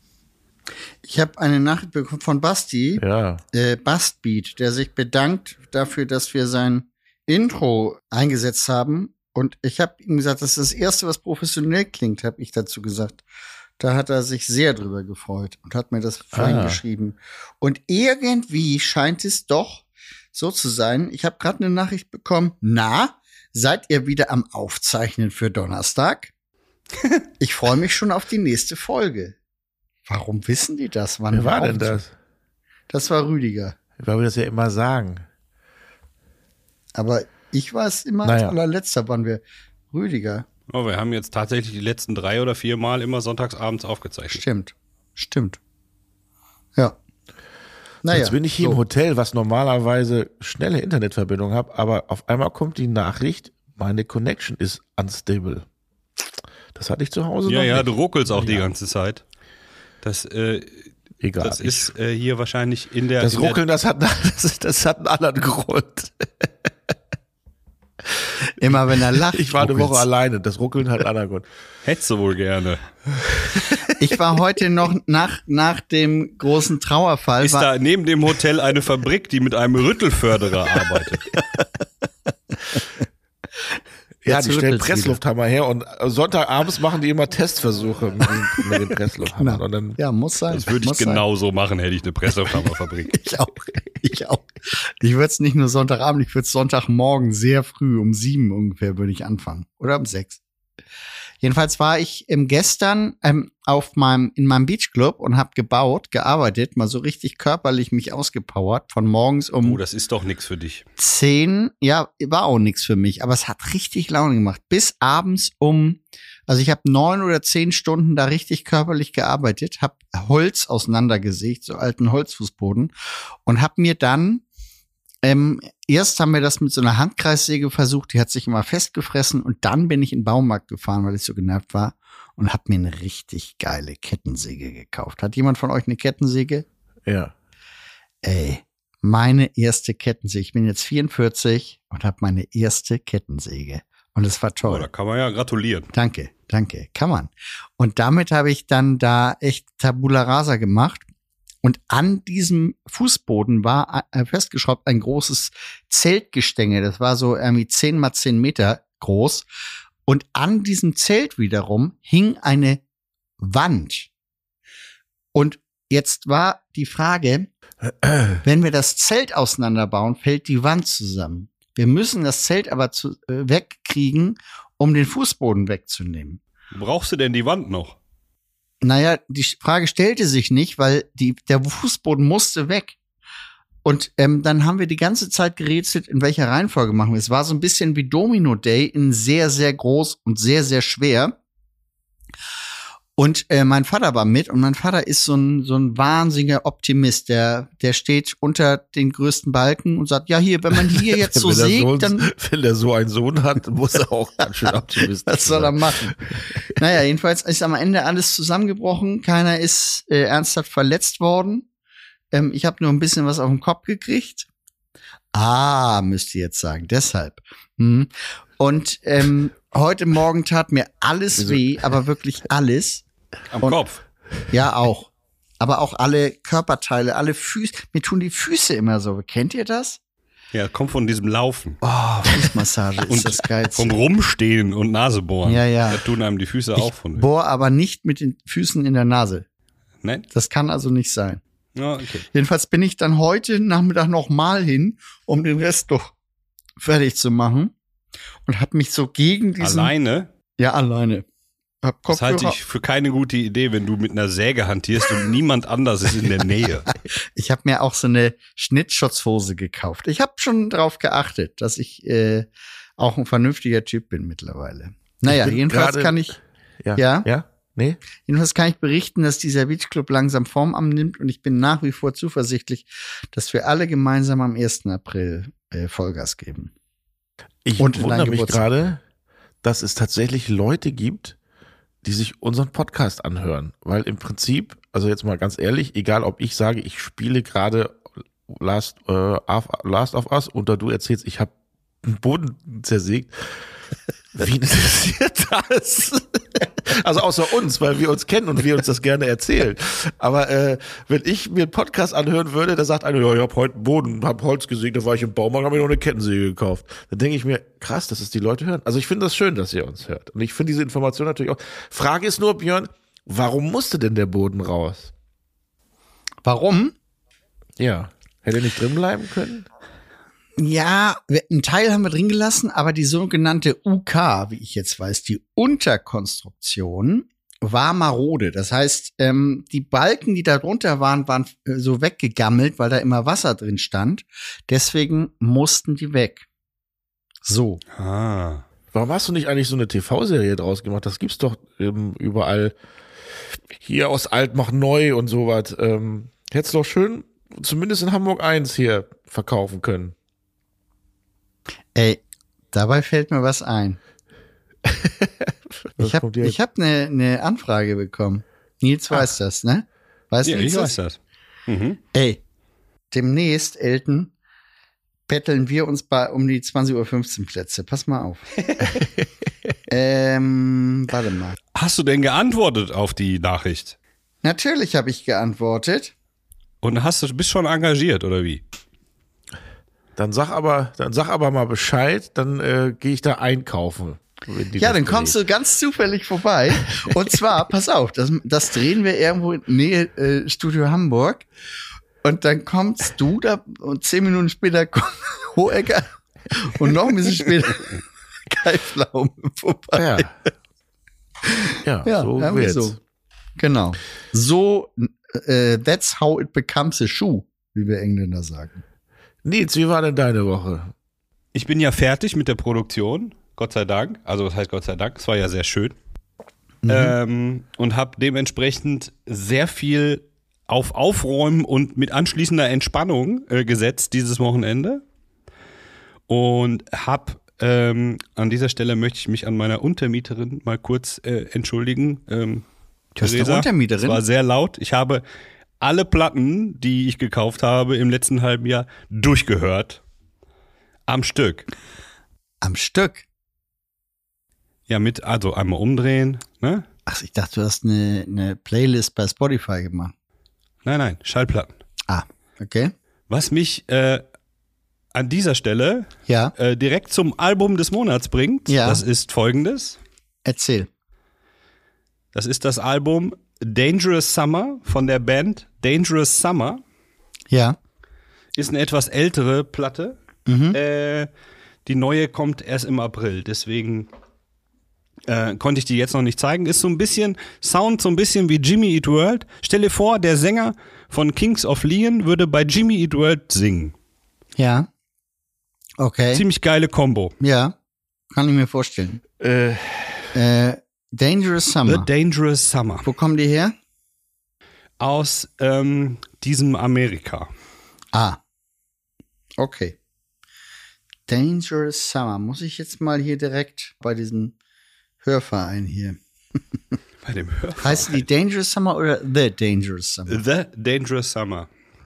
Ich habe eine Nachricht bekommen von Basti, Ja. äh, Bastbeat, der sich bedankt dafür, dass wir sein Intro eingesetzt haben. Und ich habe ihm gesagt, das ist das Erste, was professionell klingt, habe ich dazu gesagt. Da hat er sich sehr drüber gefreut und hat mir das fein Ah. geschrieben. Und irgendwie scheint es doch so zu sein. Ich habe gerade eine Nachricht bekommen. Na, seid ihr wieder am Aufzeichnen für Donnerstag? Ich freue mich schon auf die nächste Folge. Warum wissen die das? Wann Wer war wir denn aufzeichnen? das? Das war Rüdiger. weil wir das ja immer sagen. Aber ich weiß immer Naja. als allerletzter, waren wir Rüdiger. Oh, wir haben jetzt tatsächlich die letzten drei oder vier Mal immer sonntagsabends aufgezeichnet. Stimmt. Stimmt. Ja. Naja, Jetzt bin ich hier so. im Hotel, was normalerweise schnelle Internetverbindung hat, aber auf einmal kommt die Nachricht, meine Connection ist unstable. Das hatte ich zu Hause Ja, noch ja, nicht. du ruckelst auch die Ja. ganze Zeit. Das, äh, Egal. das ist äh, hier wahrscheinlich in der... das in der, Ruckeln, das hat, das, das hat einen anderen Grund. Immer wenn er lacht. Ich war eine ruckelt's. Woche alleine. Das Ruckeln hat einen anderen Grund. Hättest du wohl gerne. Ich war heute noch nach, nach dem großen Trauerfall. Ist war, da neben dem Hotel eine Fabrik, die mit einem Rüttelförderer arbeitet? Ja, Jetzt die stellen rüttelt's Presslufthammer her und Sonntagabends machen die immer Testversuche mit, dem- mit dem Presslufthammer. Genau. Und dann, Ja, muss sein. Das würde ich muss sein. genauso machen, hätte ich eine Presslufthammerfabrik. Ich auch. Ich auch. Ich würde es nicht nur Sonntagabend, ich würde es Sonntagmorgen sehr früh, um sieben ungefähr, würde ich anfangen. Oder um sechs. Jedenfalls war ich ähm, gestern ähm, auf meinem, in meinem Beachclub und habe gebaut, gearbeitet, mal so richtig körperlich mich ausgepowert, von morgens um Oh, das ist doch nichts für dich. zehn, ja, war auch nichts für mich, aber es hat richtig Laune gemacht. Bis abends um, also ich habe neun oder zehn Stunden da richtig körperlich gearbeitet, habe Holz auseinandergesägt, so alten Holzfußboden und habe mir dann, ähm, erst haben wir das mit so einer Handkreissäge versucht, die hat sich immer festgefressen und dann bin ich in den Baumarkt gefahren, weil ich so genervt war und habe mir eine richtig geile Kettensäge gekauft. Hat jemand von euch eine Kettensäge? ja. Ey, meine erste Kettensäge. Ich bin jetzt vierundvierzig und habe meine erste Kettensäge. Und es war Oh, toll. da kann man ja gratulieren. Danke, danke. Kann man. Und damit habe ich dann da echt Tabula Rasa gemacht. Und an diesem Fußboden war äh, festgeschraubt ein großes Zeltgestänge. Das war so irgendwie zehn mal zehn Meter groß. Und an diesem Zelt wiederum hing eine Wand. Und jetzt war die Frage, wenn wir das Zelt auseinanderbauen, fällt die Wand zusammen. Wir müssen das Zelt aber zu, äh, wegkriegen, um den Fußboden wegzunehmen. Brauchst du denn die Wand noch? Naja, die Frage stellte sich nicht, weil die, der Fußboden musste weg. Und ähm, dann haben wir die ganze Zeit gerätselt, in welcher Reihenfolge machen wir. Es war so ein bisschen wie Domino Day, in sehr, sehr groß und sehr, sehr schwer. Und äh, mein Vater war mit und mein Vater ist so ein so ein wahnsinniger Optimist, der der steht unter den größten Balken und sagt, ja hier, wenn man hier jetzt so wenn, der sägt, Sohn, dann wenn der so einen Sohn hat, muss er auch ganz schön optimistisch was soll er sein. machen? Naja, jedenfalls ist am Ende alles zusammengebrochen, keiner ist äh, ernsthaft verletzt worden. Ähm, ich habe nur ein bisschen was auf den Kopf gekriegt. Ah, müsst ihr jetzt sagen, deshalb. Hm. Und ähm, heute Morgen tat mir alles Wieso? weh, aber wirklich alles. Am Und- Kopf. Ja, auch. Aber auch alle Körperteile, alle Füße. Mir tun die Füße immer so. Kennt ihr das? Ja, kommt von diesem Laufen. Oh, Fußmassage ist Und das Geilste. Vom Rumstehen und Nasebohren. Ja, ja. Da tun einem die Füße Ich auch von weh. bohr aber nicht mit den Füßen in der Nase. Nein? Das kann also nicht sein. Ja, okay. Jedenfalls bin ich dann heute Nachmittag noch mal hin, um den Rest doch fertig zu machen. Und habe mich so gegen diesen... Alleine? Ja, alleine. Hab Das halte Kopfhörer. ich für keine gute Idee, wenn du mit einer Säge hantierst und niemand anders ist in der Nähe. Ich habe mir auch so eine Schnittschutzhose gekauft. Ich habe schon drauf geachtet, dass ich äh, auch ein vernünftiger Typ bin mittlerweile. Naja, bin jedenfalls gerade- kann ich... Ja? Ja? Ja? Nee? Jedenfalls kann ich berichten, dass dieser Beachclub langsam Form annimmt und ich bin nach wie vor zuversichtlich, dass wir alle gemeinsam am ersten April äh, Vollgas geben. Ich Und in wundere deinen mich Geburtstag. gerade, dass es tatsächlich Leute gibt, die sich unseren Podcast anhören. Weil im Prinzip, also jetzt mal ganz ehrlich, egal ob ich sage, ich spiele gerade Last, äh, of, Last of Us oder du erzählst, ich habe den Boden zersägt. Wie interessiert das? Also außer uns, weil wir uns kennen und wir uns das gerne erzählen. Aber äh, wenn ich mir einen Podcast anhören würde, da sagt einer, ja, ich habe heute einen Boden, habe Holz gesägt, da war ich im Baumarkt, habe mir noch eine Kettensäge gekauft. Dann denke ich mir, krass, dass es die Leute hören. Also ich finde das schön, dass ihr uns hört. Und ich finde diese Information natürlich auch. Frage ist nur, Björn, warum musste denn der Boden raus? Warum? Ja. Hätte er nicht drin bleiben können? Ja, wir- einen Teil haben wir drin gelassen, aber die sogenannte U K, wie ich jetzt weiß, die Unterkonstruktion, war marode. Das heißt, ähm, die Balken, die da drunter waren, waren äh, so weggegammelt, weil da immer Wasser drin stand. Deswegen mussten die weg. So. Ah. Warum hast du nicht eigentlich so eine T V-Serie draus gemacht? Das gibt's doch ähm, überall. Hier aus alt macht neu und sowas. Ähm, hättest doch schön, zumindest in Hamburg eins hier verkaufen können. Ey, dabei fällt mir was ein. Was Ich habe kommt jetzt? ich hab eine ne Anfrage bekommen. Nils weiß das, ne? Weißt Ja, du, ich Nils weiß das. Mhm. Ey, demnächst, Elton, betteln wir uns bei um die zwanzig Uhr fünfzehn Plätze. Pass mal auf. ähm, warte mal. Hast du denn geantwortet auf die Nachricht? Natürlich habe ich geantwortet. Und hast du bist schon engagiert, oder wie? Dann sag aber, dann sag aber mal Bescheid, dann äh, gehe ich da einkaufen. wenn die Ja, das dann kommst belegt. du ganz zufällig vorbei. Und zwar, pass auf, das, das drehen wir irgendwo in Nähe äh, Studio Hamburg. Und dann kommst du da und zehn Minuten später kommt Hohecker und noch ein bisschen später Kai Pflaume vorbei. Ja, ja, Ja, so irgendwie wird's. so. Genau. So, äh, that's how it becomes a shoe, wie wir Engländer sagen. Nils, wie war denn deine Woche? Ich bin ja fertig mit der Produktion, Gott sei Dank. Also was heißt Gott sei Dank? Es war ja sehr schön. Mhm. Ähm, und habe dementsprechend sehr viel auf Aufräumen und mit anschließender Entspannung äh, gesetzt dieses Wochenende. Und habe ähm, an dieser Stelle möchte ich mich an meiner Untermieterin mal kurz äh, entschuldigen. Ähm, Du hast eine Theresa, Untermieterin? Es war sehr laut. Ich habe alle Platten, die ich gekauft habe im letzten halben Jahr, durchgehört. Am Stück. Am Stück. Ja, mit, also einmal umdrehen, ne? Ach, ich dachte, du hast eine, eine Playlist bei Spotify gemacht. Nein, nein, Schallplatten. Ah, okay. Was mich äh, an dieser Stelle Ja, äh, direkt zum Album des Monats bringt, Ja. das ist folgendes. erzähl. Das ist das Album Dangerous Summer von der Band Dangerous Summer. Ja. Ist eine etwas ältere Platte. Mhm. Äh, die neue kommt erst im April, deswegen äh, konnte ich die jetzt noch nicht zeigen. Ist so ein bisschen, Sound so ein bisschen wie Jimmy Eat World. Stell dir vor, der Sänger von Kings of Leon würde bei Jimmy Eat World singen. Ja. Okay. Ziemlich geile Kombo. Ja. Kann ich mir vorstellen. Äh, Äh, Dangerous The Summer. Dangerous Summer. Wo kommen die her? Aus ähm, diesem Amerika. Ah. Okay. Dangerous Summer. Muss ich jetzt mal hier direkt bei diesem Hörverein hier. Bei dem Hörverein. Heißt die Dangerous Summer oder The Dangerous Summer? The Dangerous Summer.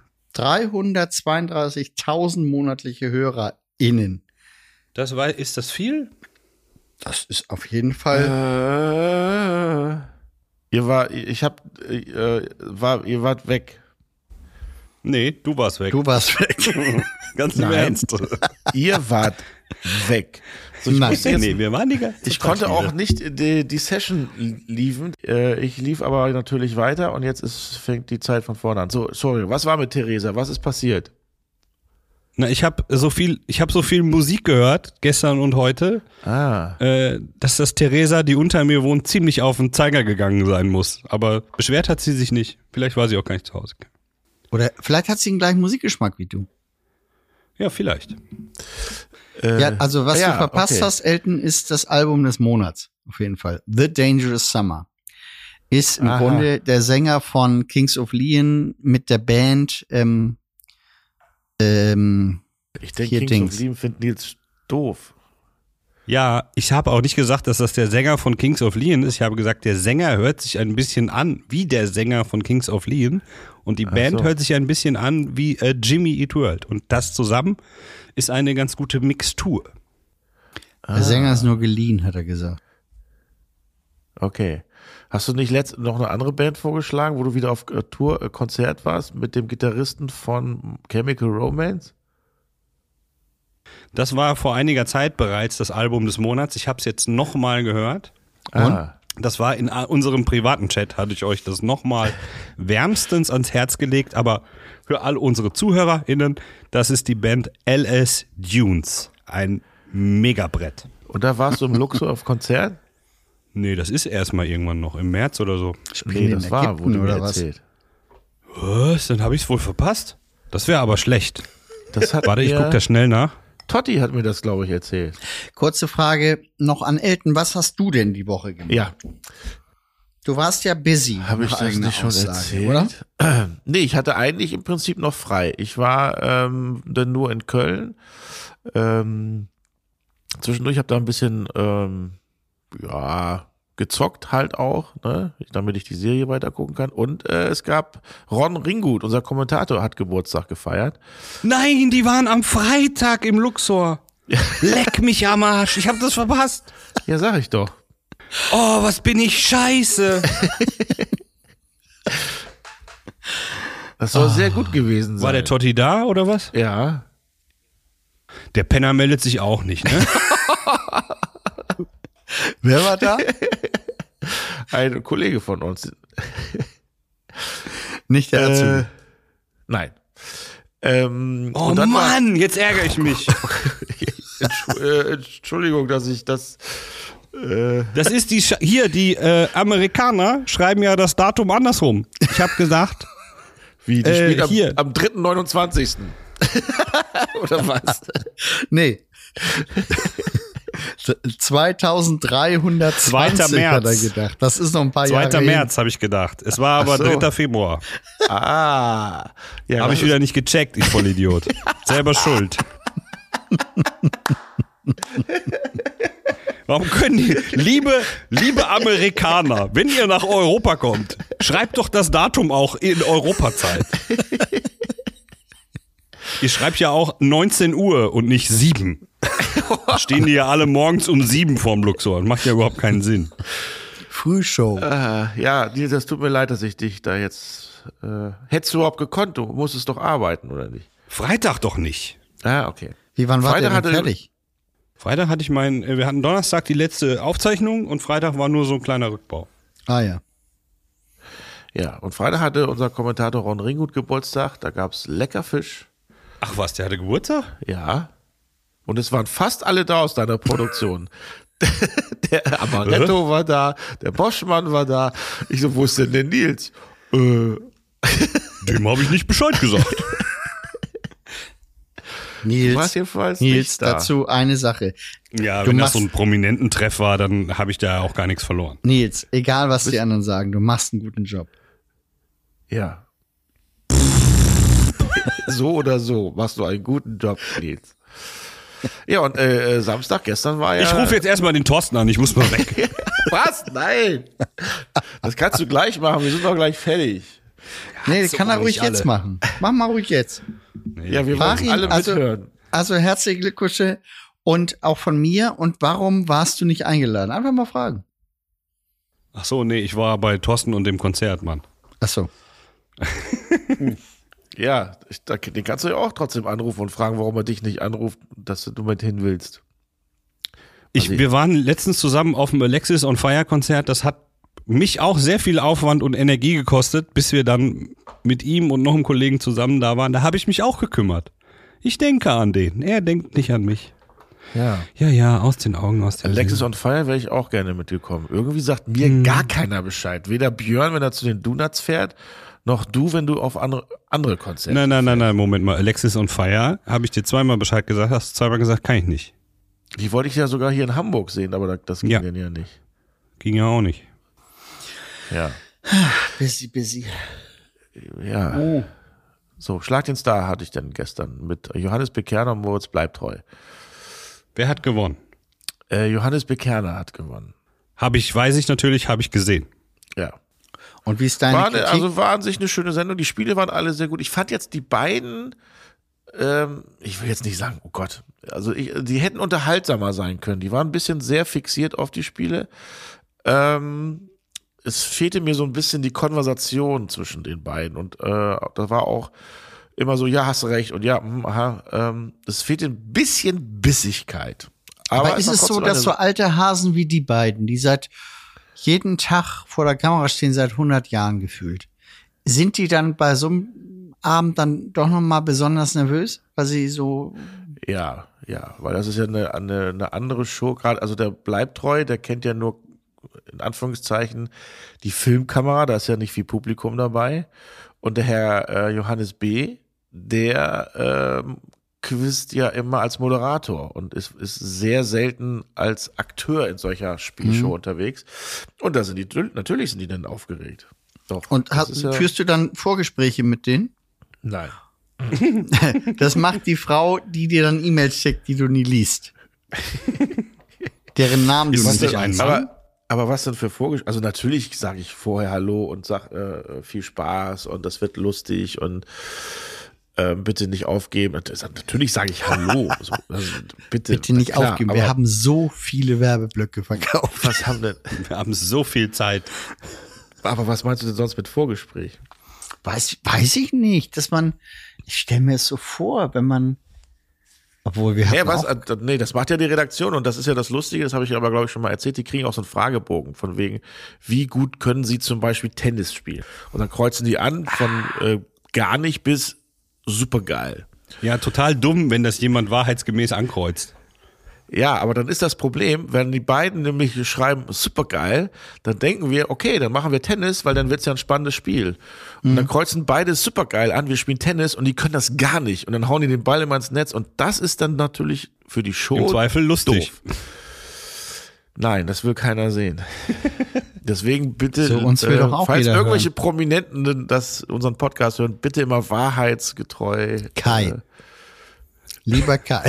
dreihundertzweiunddreißigtausend monatliche HörerInnen. Das war, ist das viel? Das ist auf jeden Fall. äh, ihr war, ich hab, äh, war, ihr wart weg. Nee, du warst weg. Du warst weg. Ganz im Nein. Ernst. Ihr wart weg. So, ich Nein. musste Nee, jetzt, nee, wir waren die ganze ich Zeit konnte wieder. auch nicht die, die Session liefen. Äh, ich lief aber natürlich weiter und jetzt ist, fängt die Zeit von vorne an. So, sorry, was war mit Theresa? Was ist passiert? Na, ich habe so viel, ich habe so viel Musik gehört gestern und heute, Ah. äh, dass das Theresa, die unter mir wohnt, ziemlich auf den Zeiger gegangen sein muss. Aber beschwert hat sie sich nicht. Vielleicht war sie auch gar nicht zu Hause. Oder vielleicht hat sie den gleichen Musikgeschmack wie du. Ja, vielleicht. Äh, Ja, also was ja, du verpasst okay. hast, Elton, ist das Album des Monats. Auf jeden Fall. The Dangerous Summer. Ist im Aha. Grunde der Sänger von Kings of Leon mit der Band, ähm, ähm, Ich denke, hier Kings Dings. of Leon findet Nils doof. Ja, ich habe auch nicht gesagt, dass das der Sänger von Kings of Leon ist. Ich habe gesagt, der Sänger hört sich ein bisschen an wie der Sänger von Kings of Leon. Und die Ach Band so. hört sich ein bisschen an wie äh, Jimmy Eat World. Und das zusammen ist eine ganz gute Mixtur. der Sänger ist nur geliehen, hat er gesagt. Okay. Hast du nicht letzt noch eine andere Band vorgeschlagen, wo du wieder auf äh, Tour, äh, Konzert warst mit dem Gitarristen von Chemical Romance? Das war vor einiger Zeit bereits das Album des Monats. Ich habe es jetzt nochmal gehört. Ah. Das war in a- unserem privaten Chat, hatte ich euch das nochmal wärmstens ans Herz gelegt. Aber für all unsere ZuhörerInnen, das ist die Band L S Dunes. Ein Megabrett. Und da warst du im Luxor auf Konzert? Nee, das ist erstmal irgendwann noch, im März oder so. Nee, das war, Ägypten wurde mir oder was? erzählt. Was? Dann habe ich es wohl verpasst. Das wäre aber schlecht. Das hat Warte, ich mir, gucke da schnell nach. Totti hat mir das, glaube ich, erzählt. Kurze Frage noch an Elton. Was hast du denn die Woche gemacht? Ja, Du warst ja busy. habe ich nach das eigener nicht schon Aussage, erzählt? oder? Nee, ich hatte eigentlich im Prinzip noch frei. Ich war ähm, dann nur in Köln. Ähm, zwischendurch habe da ein bisschen ähm, ja, gezockt halt auch, ne? Damit ich die Serie weiter gucken kann. Und äh, es gab Ron Ringgut, unser Kommentator, hat Geburtstag gefeiert. Nein, die waren am Freitag im Luxor. Leck mich am Arsch, ich habe das verpasst. Ja, sag ich doch. Oh, was bin ich scheiße. Das soll sehr gut gewesen sein. War der Totti da oder was? Ja. Der Penner meldet sich auch nicht, ne? Wer war da? Ein Kollege von uns. Nicht der Azubi. Äh, nein. Ähm, Oh und dann war- Mann, jetzt ärgere ich mich. Entschu- äh, Entschuldigung, dass ich das. Äh, Das ist die, Sch hier, die äh, Amerikaner schreiben ja das Datum andersrum. Ich habe gesagt, wie, die Äh, spielt am, hier. am dritten neunundzwanzigsten Oder was? Nee. zweitausenddreihundertzwanzig Zweiter hat er März. gedacht. Das ist noch ein paar zweiter Jahre März habe ich gedacht. Es war aber Ach so. dritter Februar. Ah. Ja, Habe das ich wieder nicht gecheckt, ich Vollidiot. Selber schuld. Warum können die, liebe, liebe Amerikaner, wenn ihr nach Europa kommt, schreibt doch das Datum auch in Europazeit. Ihr schreibt ja auch neunzehn Uhr und nicht sieben. Stehen die ja alle morgens um sieben vorm Luxor. Macht ja überhaupt keinen Sinn. Frühshow. Äh, ja, Nils, das tut mir leid, dass ich dich da jetzt. Äh, hättest du überhaupt gekonnt? Du musstest doch arbeiten, oder nicht? Freitag doch nicht. Ah, okay. Wie, wann war Freitag der denn hatte- fertig? Freitag hatte ich meinen, äh, wir hatten Donnerstag die letzte Aufzeichnung und Freitag war nur so ein kleiner Rückbau. Ah ja. Ja, und Freitag hatte unser Kommentator Ron Ringgut Geburtstag. Da gab's lecker Fisch. Ach was, der hatte Geburtstag? Ja. Und es waren fast alle da aus deiner Produktion. Der Amaretto war da, der Boschmann war da. Ich so, wo ist denn der Nils? Äh, Dem habe ich nicht Bescheid gesagt. du Nils, warst jedenfalls Nils, nicht da. dazu eine Sache. Ja, Du wenn das machst- so ein prominenten Treff war, dann habe ich da auch gar nichts verloren. Nils, egal was die anderen sagen, du machst einen guten Job. Ja. So oder so machst du einen guten Job, Nils. Ja, und äh, Samstag, gestern war ja... Ich rufe jetzt erstmal den Thorsten an, ich muss mal weg. Was? Nein! Das kannst du gleich machen, wir sind doch gleich fertig. Nee, das so kann er nicht ruhig alle. jetzt machen. Mach mal ruhig jetzt. Ja, wir Frag wollen ihn, alle also- mithören. Also herzliche Glückwünsche und auch von mir. Und warum warst du nicht eingeladen? Einfach mal fragen. Ach so, nee, ich war bei Thorsten und dem Konzert, Mann. Ach so. Ja, ich, da- den kannst du ja auch trotzdem anrufen und fragen, warum er dich nicht anruft, dass du mit hin willst. Ich, Also ich- wir waren letztens zusammen auf dem Alexis on Fire Konzert. Das hat mich auch sehr viel Aufwand und Energie gekostet, bis wir dann mit ihm und noch einem Kollegen zusammen da waren. Da habe ich mich auch gekümmert. Ich denke an den. Er denkt nicht an mich. Ja. Ja, ja, aus den Augen, aus den Alexis Sinn. on Fire wäre ich auch gerne mitgekommen. Irgendwie sagt mir Hm. gar keiner Bescheid. Weder Björn, wenn er zu den Donuts fährt, noch du, wenn du auf andere, andere Konzerte Nein, nein, nein, nein, Moment mal. Alexis on Fire, habe ich dir zweimal Bescheid gesagt, hast du zweimal gesagt, kann ich nicht. Die wollte ich ja sogar hier in Hamburg sehen, aber da- das ging Ja. dann ja nicht. Ging ja auch nicht. Ja. Busy, busy. Ja. Oh. So, Schlag den Star hatte ich dann gestern mit Johannes Bekerner und Moritz bleibt treu. Wer hat gewonnen? Äh, Johannes Bekerner hat gewonnen. Habe ich, weiß ich natürlich, habe ich gesehen. Ja. Und wie ist deine War, eine- Kritik? also war an sich eine schöne Sendung. Die Spiele waren alle sehr gut. Ich fand jetzt die beiden, ähm, ich will jetzt nicht sagen, oh Gott, also ich, die hätten unterhaltsamer sein können. Die waren ein bisschen sehr fixiert auf die Spiele. Ähm, es fehlte mir so ein bisschen die Konversation zwischen den beiden. Und äh, da war auch immer so, ja, hast du recht. Und ja, hm, aha, ähm, es fehlte ein bisschen Bissigkeit. Aber, Aber ist war es so, trotzdem dass eine- so alte Hasen wie die beiden, die seit jeden Tag vor der Kamera stehen, seit hundert Jahren gefühlt, sind die dann bei so einem Abend dann doch noch mal besonders nervös, weil sie so Ja, ja, weil das ist ja eine, eine, eine andere Show. Gerade, also der bleibt treu, der kennt ja nur in Anführungszeichen die Filmkamera, da ist ja nicht viel Publikum dabei. Und der Herr äh, Johannes B., der ähm, quizt ja immer als Moderator und ist, ist sehr selten als Akteur in solcher Spielshow mhm. unterwegs. Und da sind die, natürlich sind die dann aufgeregt. Doch. Und hast, ja führst du dann Vorgespräche mit denen? Nein. Das macht die Frau, die dir dann E-Mails schickt, die du nie liest. Deren Namen du nicht einmachst. Aber, aber was denn für Vorgespräche? Also natürlich sage ich vorher Hallo und sag äh, viel Spaß und das wird lustig und äh, bitte nicht aufgeben. Natürlich sage ich Hallo. Also, also bitte, bitte nicht klar, aufgeben. Wir haben so viele Werbeblöcke verkauft. Was haben denn? Wir haben so viel Zeit. Aber was meinst du denn sonst mit Vorgespräch? Weiß, weiß ich nicht, dass man, ich stelle mir es so vor, wenn man, obwohl wir haben nee, was, nee, das macht ja die Redaktion und das ist ja das Lustige, das habe ich aber, glaube ich, schon mal erzählt, die kriegen auch so einen Fragebogen von wegen, wie gut können sie zum Beispiel Tennis spielen? Und dann kreuzen die an von äh, gar nicht bis supergeil. Ja, total dumm, wenn das jemand wahrheitsgemäß ankreuzt. Ja, aber dann ist das Problem, wenn die beiden nämlich schreiben, supergeil, dann denken wir, okay, dann machen wir Tennis, weil dann wird's ja ein spannendes Spiel. Und mhm. dann kreuzen beide supergeil an, wir spielen Tennis und die können das gar nicht. Und dann hauen die den Ball immer ins Netz und das ist dann natürlich für die Show im Zweifel lustig. Doof. Nein, das will keiner sehen. Deswegen bitte, so, uns will äh, doch auch falls irgendwelche hören. Prominenten das unseren Podcast hören, bitte immer wahrheitsgetreu. Kai. Äh, Lieber Kai.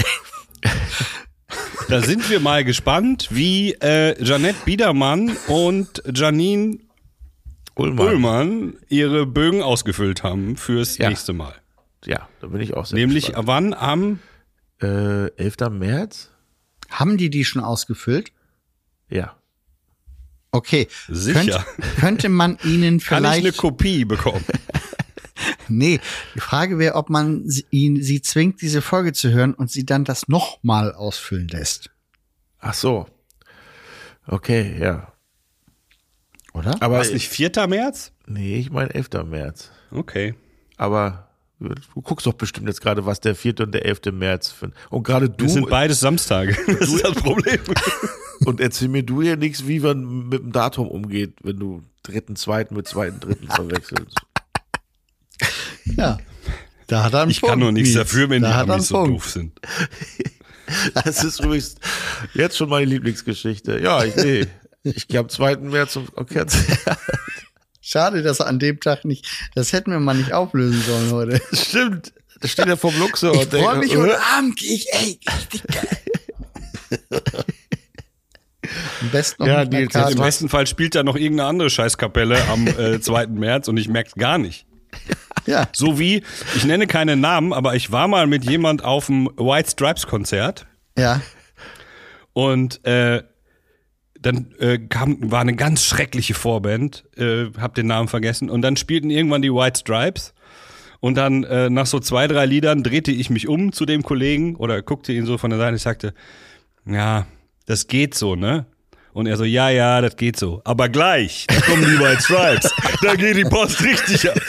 Da sind wir mal gespannt, wie äh, Jeanette Biedermann und Janine Ullmann. Ullmann ihre Bögen ausgefüllt haben fürs Ja. nächste Mal. Ja, da bin ich auch sehr Nämlich gespannt. wann? Am Äh, elften März? Haben die die schon ausgefüllt? Ja. Okay. Sicher. Könnt, könnte man ihnen Kann vielleicht. ich eine Kopie bekommen? Nee, die Frage wäre, ob man sie, ihn, sie zwingt, diese Folge zu hören und sie dann das nochmal ausfüllen lässt. Ach so. Okay, ja. Oder? Aber War es nicht vierten März? nee, ich meine elften März. Okay. Aber du guckst doch bestimmt jetzt gerade, was der vierte und der elfte März finden. Und gerade du Das sind beides Samstage. Das ist das Problem. und erzähl mir du hier nichts, wie man mit dem Datum umgeht, wenn du dritten, zweiten mit zweiten, dritten verwechselst. Ja. Da hat er einen Ich Punkt. kann nur nichts Nils. dafür, wenn Da die hat er einen Amis so Punkt. doof sind. Das ist übrigens jetzt schon meine Lieblingsgeschichte. Ja, ich nee. Ich gehe am zweiten März zum Konzert. Schade, dass er an dem Tag nicht, das hätten wir mal nicht auflösen sollen heute. Stimmt. Da steht er vom Luxor Ich und denkt, freue mich äh, heute Abend, ich, ey, richtig geil. Am besten noch Ja, mit einer Nils, Karte. Im besten Fall spielt da noch irgendeine andere Scheißkapelle am äh, zweiten März und ich merk's gar nicht. Ja. So wie, ich nenne keine Namen, aber ich war mal mit jemand auf dem White Stripes Konzert Ja. und äh, dann äh, kam, war eine ganz schreckliche Vorband, äh, hab den Namen vergessen, und dann spielten irgendwann die White Stripes und dann äh, nach so zwei, drei Liedern drehte ich mich um zu dem Kollegen oder guckte ihn so von der Seite und ich sagte, ja, das geht so, ne? Und er so, ja, ja, das geht so. Aber gleich, da kommen die White Stripes, da geht die Post richtig ab.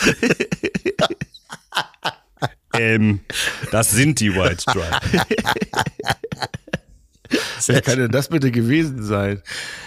ähm, das sind die White Stripes. wer kann denn das bitte gewesen sein?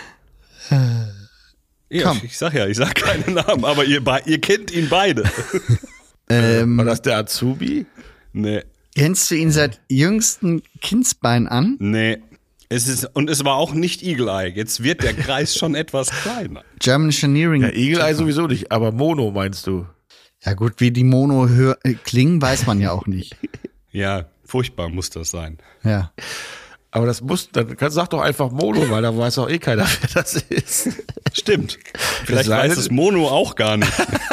Ja, Komm. ich sag ja, ich sag keine Namen, aber ihr, be- ihr kennt ihn beide. Ähm, War das der Azubi? Nee, kennst du ihn seit jüngsten Kindsbein an? nee. Es ist, und es war auch nicht Eagle Eye. Jetzt wird der Kreis schon etwas kleiner. German Engineering. Ja, Eagle Eye sowieso nicht, aber Mono meinst du? Ja gut, wie die Mono hör äh, klingen, weiß man ja auch nicht. Ja, furchtbar muss das sein. Ja. Aber das muss, dann kann, sag doch einfach Mono, weil da weiß auch eh keiner, wer das ist. Stimmt. Vielleicht sei weiß denn- es Mono auch gar nicht.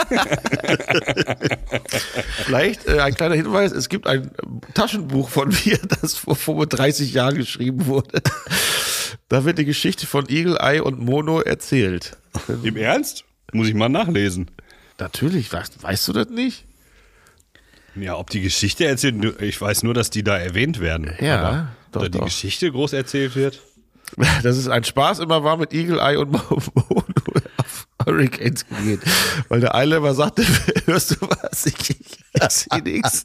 Vielleicht äh, ein kleiner Hinweis, es gibt ein äh, Taschenbuch von mir, das vor fünfunddreißig Jahren geschrieben wurde. Da wird die Geschichte von Eagle Eye und Mono erzählt. Im Ernst? Muss ich mal nachlesen. Natürlich, weißt, weißt du das nicht? Ja, ob die Geschichte erzählt, ich weiß nur, dass die da erwähnt werden. Ja, Aber doch, ob da die doch. Geschichte groß erzählt wird. Dass es ein Spaß immer war, mit Eagle Eye und Mono auf Hurricanes gehen. Weil der eine immer sagte, hörst du was? Ich, ich, ich sehe nichts.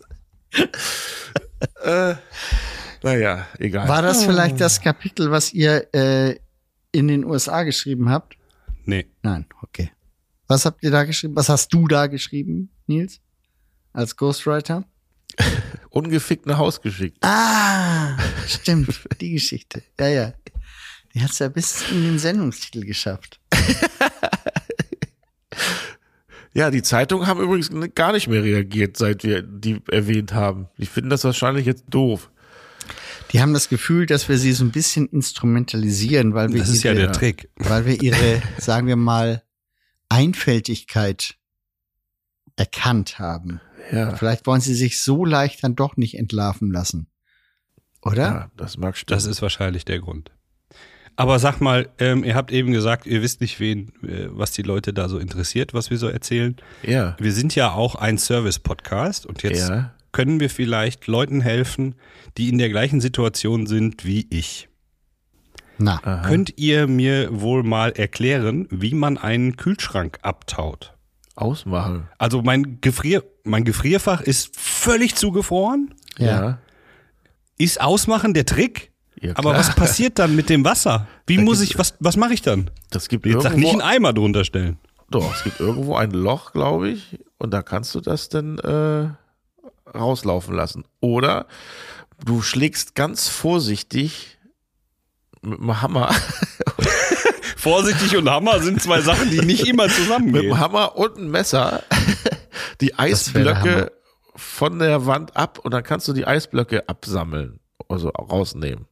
äh, naja, egal. War das vielleicht das Kapitel, was ihr äh, in den U S A geschrieben habt? Nee. Nein, okay. Was habt ihr da geschrieben? Was hast du da geschrieben, Nils? Als Ghostwriter? Ungefickt nach Haus geschickt. Ah, stimmt, die Geschichte. Ja, ja. Die hat's ja bis in den Sendungstitel geschafft. Ja, die Zeitungen haben übrigens gar nicht mehr reagiert, seit wir die erwähnt haben. Die finden das wahrscheinlich jetzt doof. Die haben das Gefühl, dass wir sie so ein bisschen instrumentalisieren, weil wir Das ist ja ihre, der Trick. weil wir ihre, sagen wir mal, Einfältigkeit erkannt haben. Ja, Vielleicht wollen sie sich so leicht dann doch nicht entlarven lassen. Oder? ja das mag stimmen. Das ist wahrscheinlich der Grund. Aber sag mal, ähm, ihr habt eben gesagt, ihr wisst nicht, wen, äh, was die Leute da so interessiert, was wir so erzählen. Ja, Wir sind ja auch ein Service-Podcast und jetzt ja. können wir vielleicht Leuten helfen, die in der gleichen Situation sind wie ich. Na, Aha. Könnt ihr mir wohl mal erklären, wie man einen Kühlschrank abtaut? Ausmachen. Also mein Gefrier, mein Gefrierfach ist völlig zugefroren. ja. Ja. Ist Ausmachen der Trick? Ja, Aber klar. was passiert dann mit dem Wasser? Wie Da muss gibt- ich, was, was mache ich dann? Das gibt Jetzt sag irgendwo, nicht einen Eimer drunter stellen. doch, es gibt irgendwo ein Loch, glaube ich, und da kannst du das dann äh, rauslaufen lassen. Oder du schlägst ganz vorsichtig mit dem Hammer, Vorsichtig und Hammer sind zwei Sachen, die nicht immer mit zusammengehen. dem Hammer und einem Messer die wär der Hammer. Eisblöcke von der Wand ab und dann kannst du die Eisblöcke absammeln, also rausnehmen.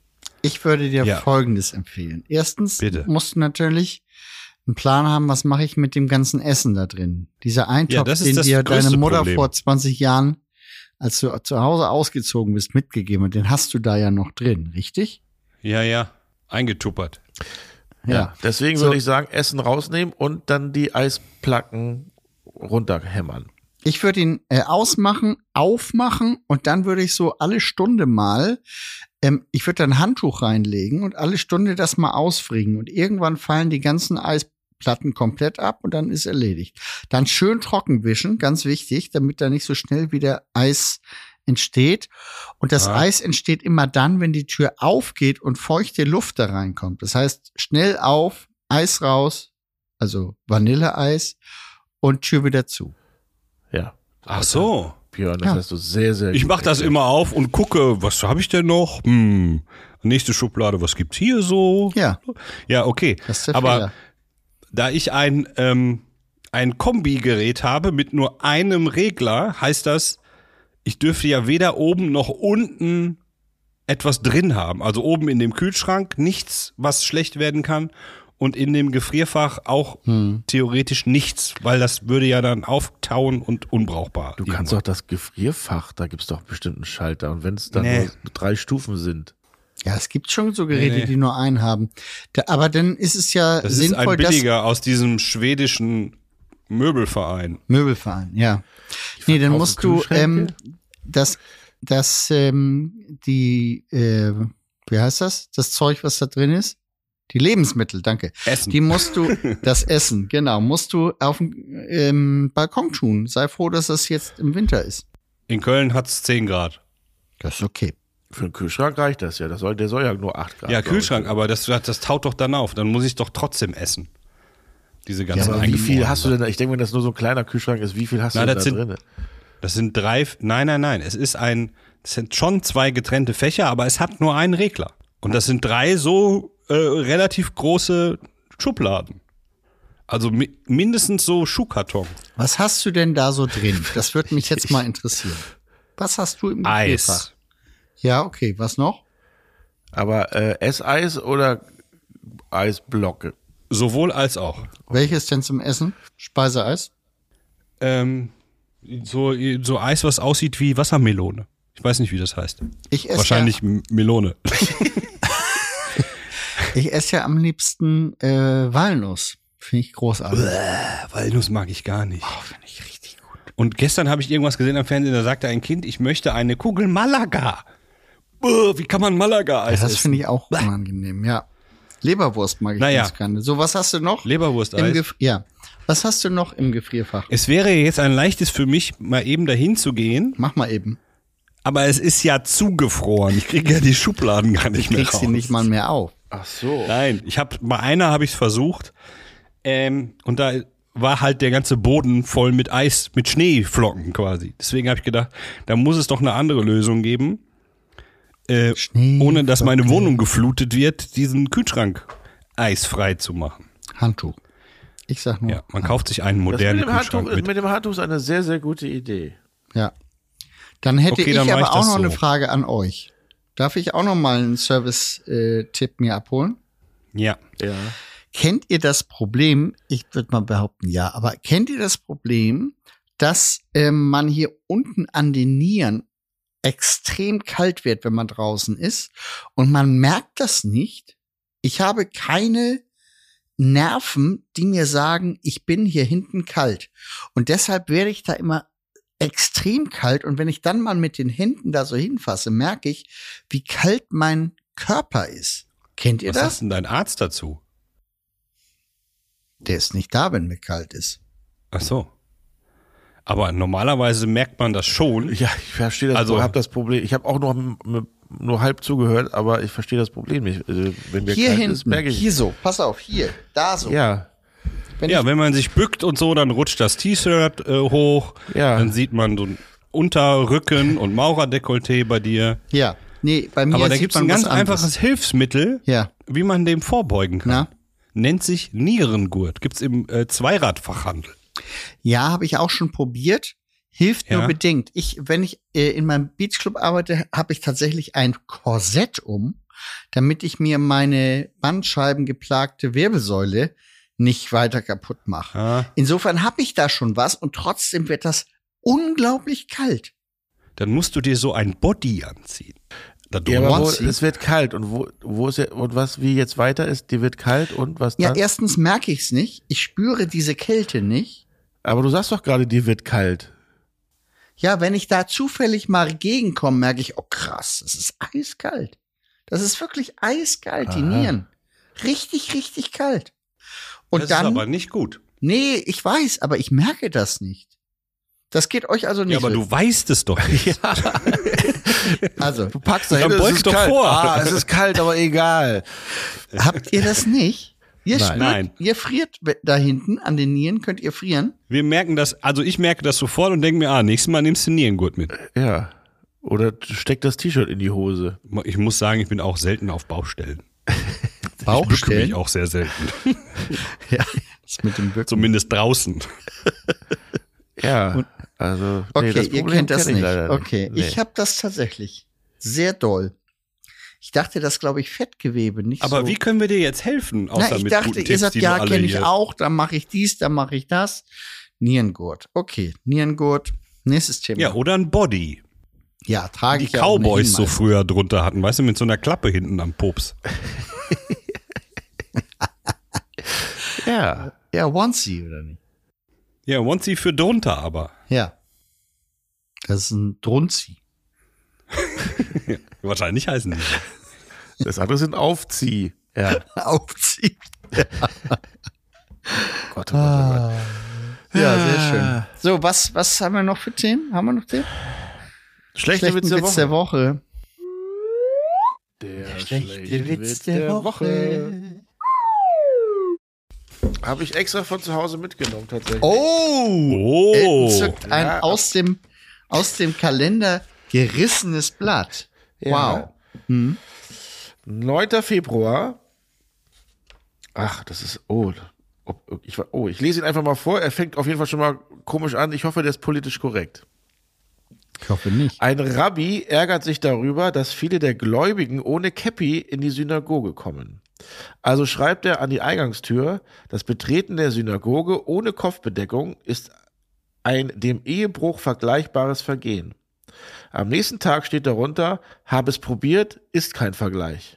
Ich würde dir Ja. Folgendes empfehlen. Erstens Bitte. musst du natürlich einen Plan haben, was mache ich mit dem ganzen Essen da drin. Dieser Eintopf, Ja, das ist den das dir deine größte Mutter Problem. vor zwanzig Jahren, als du zu Hause ausgezogen bist, mitgegeben hat, den hast du da ja noch drin, richtig? Ja, ja, eingetuppert. Ja. Deswegen So. würde ich sagen, Essen rausnehmen und dann die Eisplatten runterhämmern. Ich würde ihn äh, ausmachen, aufmachen und dann würde ich so alle Stunde mal, ähm, ich würde da ein Handtuch reinlegen und alle Stunde das mal ausfrieren und irgendwann fallen die ganzen Eisplatten komplett ab und dann ist erledigt. Dann schön trocken wischen, ganz wichtig, damit da nicht so schnell wieder Eis entsteht. Und das Ah. Eis entsteht immer dann, wenn die Tür aufgeht und feuchte Luft da reinkommt. Das heißt, schnell auf, Eis raus, also Vanilleeis und Tür wieder zu. Ja. Ach so. Björn, das Ja. hast du sehr, sehr Ich gut mache das erklärt. immer auf und gucke, was habe ich denn noch? Hm. Nächste Schublade, was gibt's hier so? Ja, Ja, okay. das ist der Aber Fehler. da ich ein, ähm, ein Kombigerät habe mit nur einem Regler, heißt das, ich dürfte ja weder oben noch unten etwas drin haben. Also oben in dem Kühlschrank nichts, was schlecht werden kann. Und in dem Gefrierfach auch Hm. theoretisch nichts, weil das würde ja dann auftauen und unbrauchbar. Du kannst doch das Gefrierfach, da gibt's doch bestimmt einen Schalter. Und wenn es dann Nee. nur drei Stufen sind. Ja, es gibt schon so Geräte, Nee, nee. die nur einen haben. Da, aber dann ist es ja Das ist ein sinnvoll, dass billiger aus diesem schwedischen Möbelverein. Möbelverein, ja. Nee, dann verkaufen musst du ähm, Kühlschränke? das, das, ähm, die, äh, wie heißt das? Das Zeug, was da drin ist? Die Lebensmittel, danke. Essen. Die musst du, das Essen, genau, musst du auf dem ähm, Balkon tun. Sei froh, dass das jetzt im Winter ist. In Köln hat's zehn Grad. Das ist okay. Für einen Kühlschrank reicht das ja. Das soll, der soll ja nur acht Grad. Ja, glaub ich. Kühlschrank, aber das, das taut doch dann auf. Dann muss ich doch trotzdem essen. Diese Ja, ganzen aber wie viel eingefrorenen hast du denn da? Ich denke, wenn das nur so ein kleiner Kühlschrank ist, wie viel hast Na, du das denn da sind- drin? Das sind drei, nein, nein, nein. Es ist ein, es sind schon zwei getrennte Fächer, aber es hat nur einen Regler. Und das sind drei so äh, relativ große Schubladen. Also mi mindestens so Schuhkarton. Was hast du denn da so drin? Das würde mich jetzt mal interessieren. Was hast du im Gefrierfach? Eis. Ja, okay. Was noch? Aber äh, Esseis oder Eisblocke? Sowohl als auch. Welches denn zum Essen? Speiseeis? Ähm, so, so Eis, was aussieht wie Wassermelone. Ich weiß nicht, wie das heißt. Ich esse Wahrscheinlich M- Melone. Ja, ich esse ja am liebsten äh, Walnuss. Finde ich großartig. Walnuss mag ich gar nicht. Oh, finde ich richtig gut. Und gestern habe ich irgendwas gesehen am Fernsehen, da sagte ein Kind, ich möchte eine Kugel Malaga. Buh, wie kann man Malaga-Eis Ja, das essen? finde ich auch unangenehm, ja. Leberwurst mag ich Naja. ganz gerne. So, was hast du noch? Im Leberwursteis. Gef ja. Was hast du noch im Gefrierfach? Es wäre jetzt ein leichtes für mich, mal eben dahin zu gehen, Mach mal eben. aber es ist ja zugefroren. Ich kriege ja die Schubladen gar nicht Ich mehr krieg raus. sie nicht mal mehr auf. Ach so. Nein, ich habe bei einer habe ich es versucht ähm, und da war halt der ganze Boden voll mit Eis, mit Schneeflocken quasi. Deswegen habe ich gedacht, da muss es doch eine andere Lösung geben, äh, ohne dass meine Wohnung geflutet wird, diesen Kühlschrank eisfrei zu machen. Handtuch. Ich sag nur. Ja, man kauft sich einen Das modernen mit dem, Handtuch, Kühlschrank mit. mit dem Handtuch ist eine sehr, sehr gute Idee. Ja. Dann hätte Okay, dann ich mach aber ich auch das noch eine so. Frage an euch. Darf ich auch noch mal einen Service-Tipp mir abholen? Ja. Ja. Kennt ihr das Problem, ich würde mal behaupten, ja, aber kennt ihr das Problem, dass ähm, man hier unten an den Nieren extrem kalt wird, wenn man draußen ist und man merkt das nicht? Ich habe keine Nerven, die mir sagen, ich bin hier hinten kalt. Und deshalb werde ich da immer extrem kalt. Und wenn ich dann mal mit den Händen da so hinfasse, merke ich, wie kalt mein Körper ist. Kennt ihr Was das? sagt denn dein Arzt dazu? Der ist nicht da, wenn mir kalt ist. Ach so. Aber normalerweise merkt man das schon. Ja, ich verstehe das. Also- Also, habe das Problem. Ich habe auch noch m- m- nur halb zugehört, aber ich verstehe das Problem nicht. Also, wenn mir Hier kalt hinten, ist, merke ich. hier so, pass auf, hier, da so. Ja, Wenn Ja, ich, wenn man sich bückt und so, dann rutscht das T-Shirt äh, hoch. Ja. Dann sieht man so einen Unterrücken und Maurerdekolleté bei dir. ja, nee, bei mir Aber da sieht gibt es man ein ganz was anderes. einfaches Hilfsmittel, Ja, wie man dem vorbeugen kann. na? Nennt sich Nierengurt. Gibt's im äh, Zweiradfachhandel. Ja, habe ich auch schon probiert. Hilft nur Ja. bedingt. Ich, wenn ich äh, in meinem Beachclub arbeite, habe ich tatsächlich ein Korsett um, damit ich mir meine bandscheibengeplagte Wirbelsäule nicht weiter kaputt mache. Ah, Insofern habe ich da schon was und trotzdem wird das unglaublich kalt. dann musst du dir so ein Body anziehen. Da ja drunter. aber wo, Onesie. es wird kalt. Und wo, wo ist ja, und was, wie jetzt weiter ist, die wird kalt und was Ja, dann? erstens merke ich es nicht. Ich spüre diese Kälte nicht. Aber du sagst doch gerade, die wird kalt. Ja, wenn ich da zufällig mal gegenkomme, merke ich, oh krass, das ist eiskalt. Das ist wirklich eiskalt, die Aha. Nieren. Richtig, richtig kalt. Und das dann, ist aber nicht gut. nee, ich weiß, aber ich merke das nicht. Das geht euch also nicht. Ja, aber so. du weißt es doch nicht. Also, Du packst da Dann hin, es beug ist doch kalt. vor. Ah, es ist kalt, aber egal. habt ihr das nicht? Ihr Nein. spürt, Nein. ihr friert da hinten an den Nieren, könnt ihr frieren? Wir merken das, also ich merke das sofort und denke mir, ah, nächstes Mal nimmst du einen Nierengurt mit. Ja. Oder steck das T-Shirt in die Hose. Ich muss sagen, ich bin auch selten auf Baustellen. Ich bücke Bauchstellen? mich auch sehr selten. Ja, das mit dem Bücken. Zumindest draußen. Ja. Also, Okay, nee, das ihr Problem kennt das kenn ich nicht. leider Okay, Nee. ich habe das tatsächlich. Sehr doll. Ich dachte, das glaube ich Fettgewebe, nicht Aber so. wie können wir dir jetzt helfen? Außer Na, ich mit dachte, guten ihr Tipps, sagt, die du ja, alle kenne ich hier- auch, dann mache ich dies, dann mache ich das. Nierengurt. Okay, Nierengurt. Nächstes Thema. Ja, oder ein Body. ja, trage Die ich ja ohnehin Cowboys so mal. früher drunter hatten, weißt du, mit so einer Klappe hinten am Pops. Ja. Ja, Onesie, oder nicht? Ja, Onesie für drunter aber. Ja. Das ist ein Drunzi. Wahrscheinlich heißen die. Das andere sind Aufzieh. Ja. Aufziehen. Gott, oh Gott, oh Gott. Ja, sehr schön. So, was, was haben wir noch für Themen? Haben wir noch Themen? Schlechte Schlechten Witz der Witz der Woche. Woche. Der schlechte Witz der Woche. Habe ich extra von zu Hause mitgenommen, tatsächlich. Oh! Oh. Elton zückt ein Ja. aus dem, aus dem Kalender gerissenes Blatt. Wow. Hm. neunter Februar. Ach, das ist, oh, ob, ich, oh, ich lese ihn einfach mal vor. Er fängt auf jeden Fall schon mal komisch an. Ich hoffe, der ist politisch korrekt. Ich hoffe nicht. Ein Rabbi ärgert sich darüber, dass viele der Gläubigen ohne Käppi in die Synagoge kommen. Also schreibt er an die Eingangstür, das Betreten der Synagoge ohne Kopfbedeckung ist ein dem Ehebruch vergleichbares Vergehen. Am nächsten Tag steht darunter, habe es probiert, ist kein Vergleich.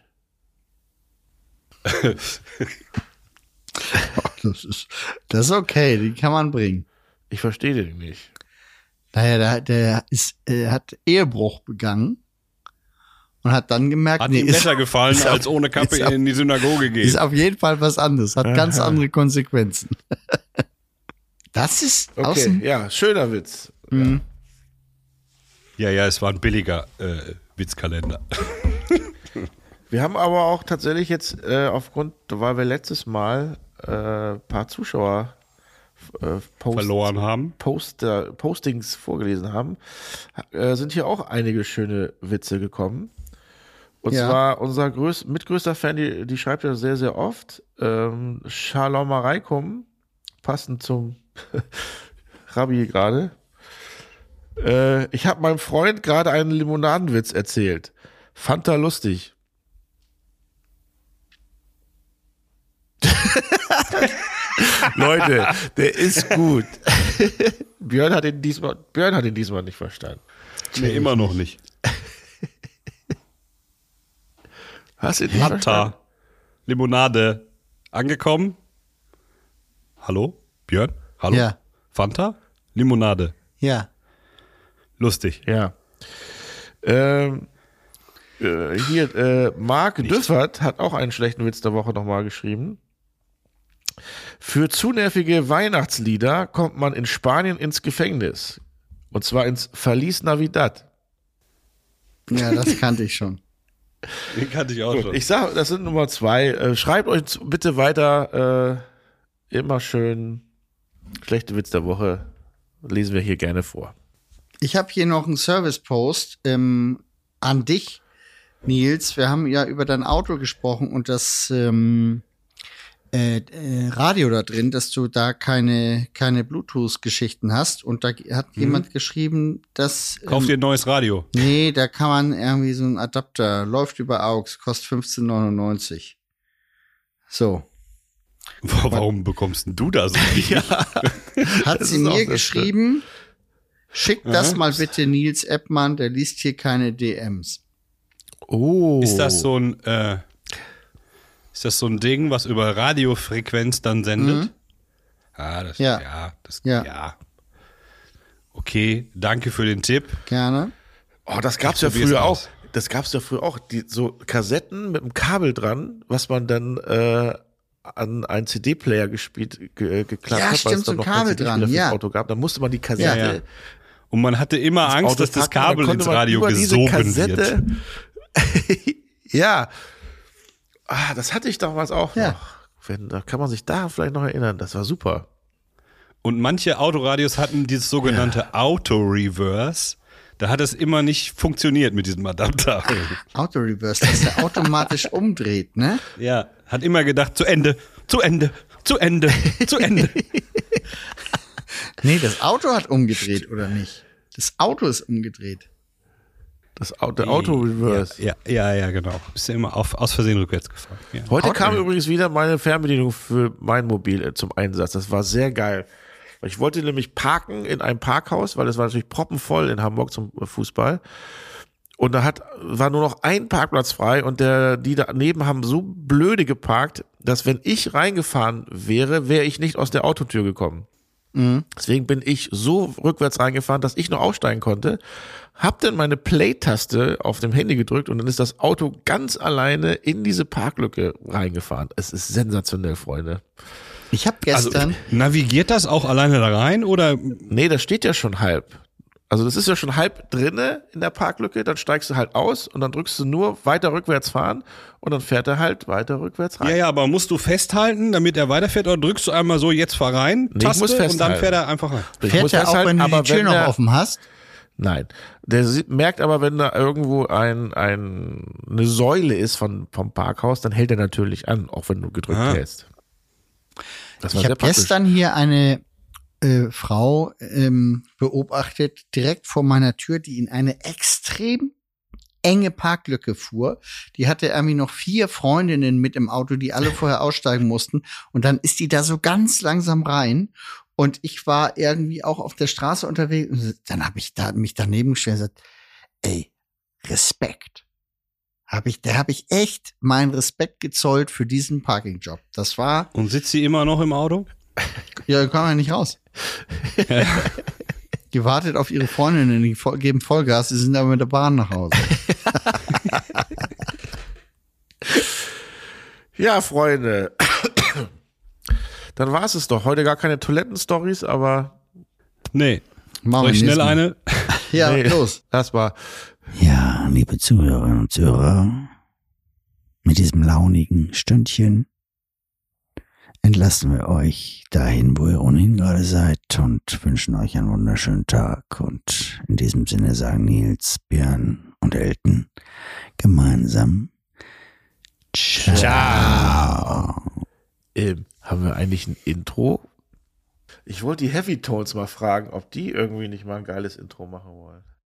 Das ist, das ist okay, die kann man bringen. Ich verstehe den nicht. Naja, der, der ist, äh, hat Ehebruch begangen und hat dann gemerkt, Hat nee, ihm ist, besser gefallen, ist auf- als ohne Kappe ist auf- in die Synagoge ist gehen. auf jeden Fall was anderes, hat ganz Aha. andere Konsequenzen. Das ist Okay, außen. ja, schöner Witz. Mhm. Ja, ja, es war ein billiger äh, Witzkalender. Wir haben aber auch tatsächlich jetzt äh, aufgrund, weil wir letztes Mal ein äh, paar Zuschauer äh, Post, verloren haben. Poster, Postings vorgelesen haben, äh, sind hier auch einige schöne Witze gekommen. Und Ja. zwar unser größ, mitgrößter Fan, die, die schreibt ja sehr, sehr oft, ähm, Shalom Aleikum, passend zum Rabbi gerade. Äh, ich habe meinem Freund gerade einen Limonadenwitz erzählt. Fand er lustig. Leute, der ist gut. Björn hat ihn diesmal, Björn hat ihn diesmal nicht verstanden. Nee, immer noch nicht. Hast du ihn nicht verstanden? Fanta. Limonade. Angekommen? Hallo? Björn? Hallo? Ja. Fanta? Limonade. Ja. Lustig. Ja. Ähm, äh, hier, äh, Marc Düffert hat auch einen schlechten Witz der Woche nochmal geschrieben. Für zu nervige Weihnachtslieder kommt man in Spanien ins Gefängnis. Und zwar ins Feliz Navidad. Ja, das kannte ich schon. Den kannte ich auch Gut, schon. ich sag, das sind Nummer zwei. Äh, schreibt euch bitte weiter. Äh, immer schön schlechte Witz der Woche. Lesen wir hier gerne vor. Ich habe hier noch einen Service-Post ähm, an dich, Nils. Wir haben ja über dein Auto gesprochen und das ähm, äh, äh, Radio da drin, dass du da keine, keine Bluetooth-Geschichten hast. Und da hat Mhm. jemand geschrieben, dass ähm, Kauf dir ein neues Radio. nee, da kann man irgendwie so einen Adapter, läuft über A U X, kostet fünfzehn neunundneunzig. So. Warum bekommst denn du das? Ja. Hat Das sie ist auch mir sehr geschrieben, schick das Aha. mal bitte Nils Eppmann, der liest hier keine D Ms. Oh. Ist das so ein, äh, ist das so ein Ding, was über Radiofrequenz dann sendet? Mhm. Ah, das, Ja. ja, das, Ja. ja. Okay, danke für den Tipp. Gerne. Oh, das gab's Ich ja probier's früher aus. auch. Das gab's ja früher auch. Die, so Kassetten mit einem Kabel dran, was man dann äh, an einen C D-Player gespielt, ge, geklappt Ja, hat, weil stimmt, es so dann ein noch Kabel kein C D-Spieler dran, fürs ja. Auto gab. Da musste man die Kassette Ja, ja. Und man hatte immer ins Angst, Auto dass das packen, Kabel dann ins konnte man Radio über diese gesogen Kassette, wird. ja. Ah, das hatte ich damals auch Ja. noch. Wenn, da kann man sich da vielleicht noch erinnern. Das war super. Und manche Autoradios hatten dieses sogenannte Auto-Reverse. Da hat es immer nicht funktioniert mit diesem Adapter. Auto-Reverse, dass der automatisch umdreht, ne? Ja, hat immer gedacht, zu Ende, zu Ende, zu Ende, zu Ende. Nee, das Auto hat umgedreht, oder nicht? Das Auto ist umgedreht. Das Auto, der Auto-Reverse. Ja, ja, ja, genau. Bist ja immer auf, aus Versehen rückwärts gefahren. Ja. Heute Auto. kam übrigens wieder meine Fernbedienung für mein Mobil äh, zum Einsatz. Das war sehr geil. Ich wollte nämlich parken in einem Parkhaus, weil es war natürlich proppenvoll in Hamburg zum Fußball. Und da hat, war nur noch ein Parkplatz frei und der, die daneben haben so blöde geparkt, dass wenn ich reingefahren wäre, wäre ich nicht aus der Autotür gekommen. Deswegen bin ich so rückwärts reingefahren, dass ich noch aussteigen konnte. Hab dann meine Play-Taste auf dem Handy gedrückt und dann ist das Auto ganz alleine in diese Parklücke reingefahren. Es ist sensationell, Freunde. Ich habe gestern, Also, navigiert das auch alleine da rein oder? Nee, das steht ja schon halb. Also das ist ja schon halb drinne in der Parklücke, dann steigst du halt aus und dann drückst du nur weiter rückwärts fahren und dann fährt er halt weiter rückwärts rein. Ja, ja, aber musst du festhalten, damit er weiterfährt, oder drückst du einmal so jetzt fahr rein, Nee, ich Taste, muss und dann festhalten. fährt er einfach rein. Ich fährt muss er auch, festhalten, wenn du aber die Tür wenn noch der- offen hast? Nein. Der sie- merkt aber, wenn da irgendwo ein, ein, eine Säule ist von, vom Parkhaus, dann hält er natürlich an, auch wenn du gedrückt Ah. hältst. Das war Ich sehr habe praktisch. gestern hier eine äh, Frau ähm, beobachtet, direkt vor meiner Tür, die in eine extrem enge Parklücke fuhr. Die hatte irgendwie noch vier Freundinnen mit im Auto, die alle vorher aussteigen mussten. Und dann ist die da so ganz langsam rein. Und ich war irgendwie auch auf der Straße unterwegs. Und dann habe ich da mich daneben gestellt und gesagt, ey, Respekt. Hab ich, da habe ich echt meinen Respekt gezollt für diesen Parkingjob. Das war, Und sitzt sie immer noch im Auto? ja, da kam ja nicht raus. Die wartet auf ihre Freundinnen, die voll- geben Vollgas, die sind aber mit der Bahn nach Hause. Ja, Freunde. Dann war es es doch. Heute gar keine Toiletten-Stories, aber Nee. Machen Soll ich wir schnell nächstes Mal. eine? Ja, nee, los. das war Ja, liebe Zuhörerinnen und Zuhörer, mit diesem launigen Stündchen entlassen wir euch dahin, wo ihr ohnehin gerade seid und wünschen euch einen wunderschönen Tag. Und in diesem Sinne sagen Nils, Björn und Elton gemeinsam Ciao. Ciao. Ähm, haben wir eigentlich ein Intro? Ich wollte die Heavy Tones mal fragen, ob die irgendwie nicht mal ein geiles Intro machen wollen.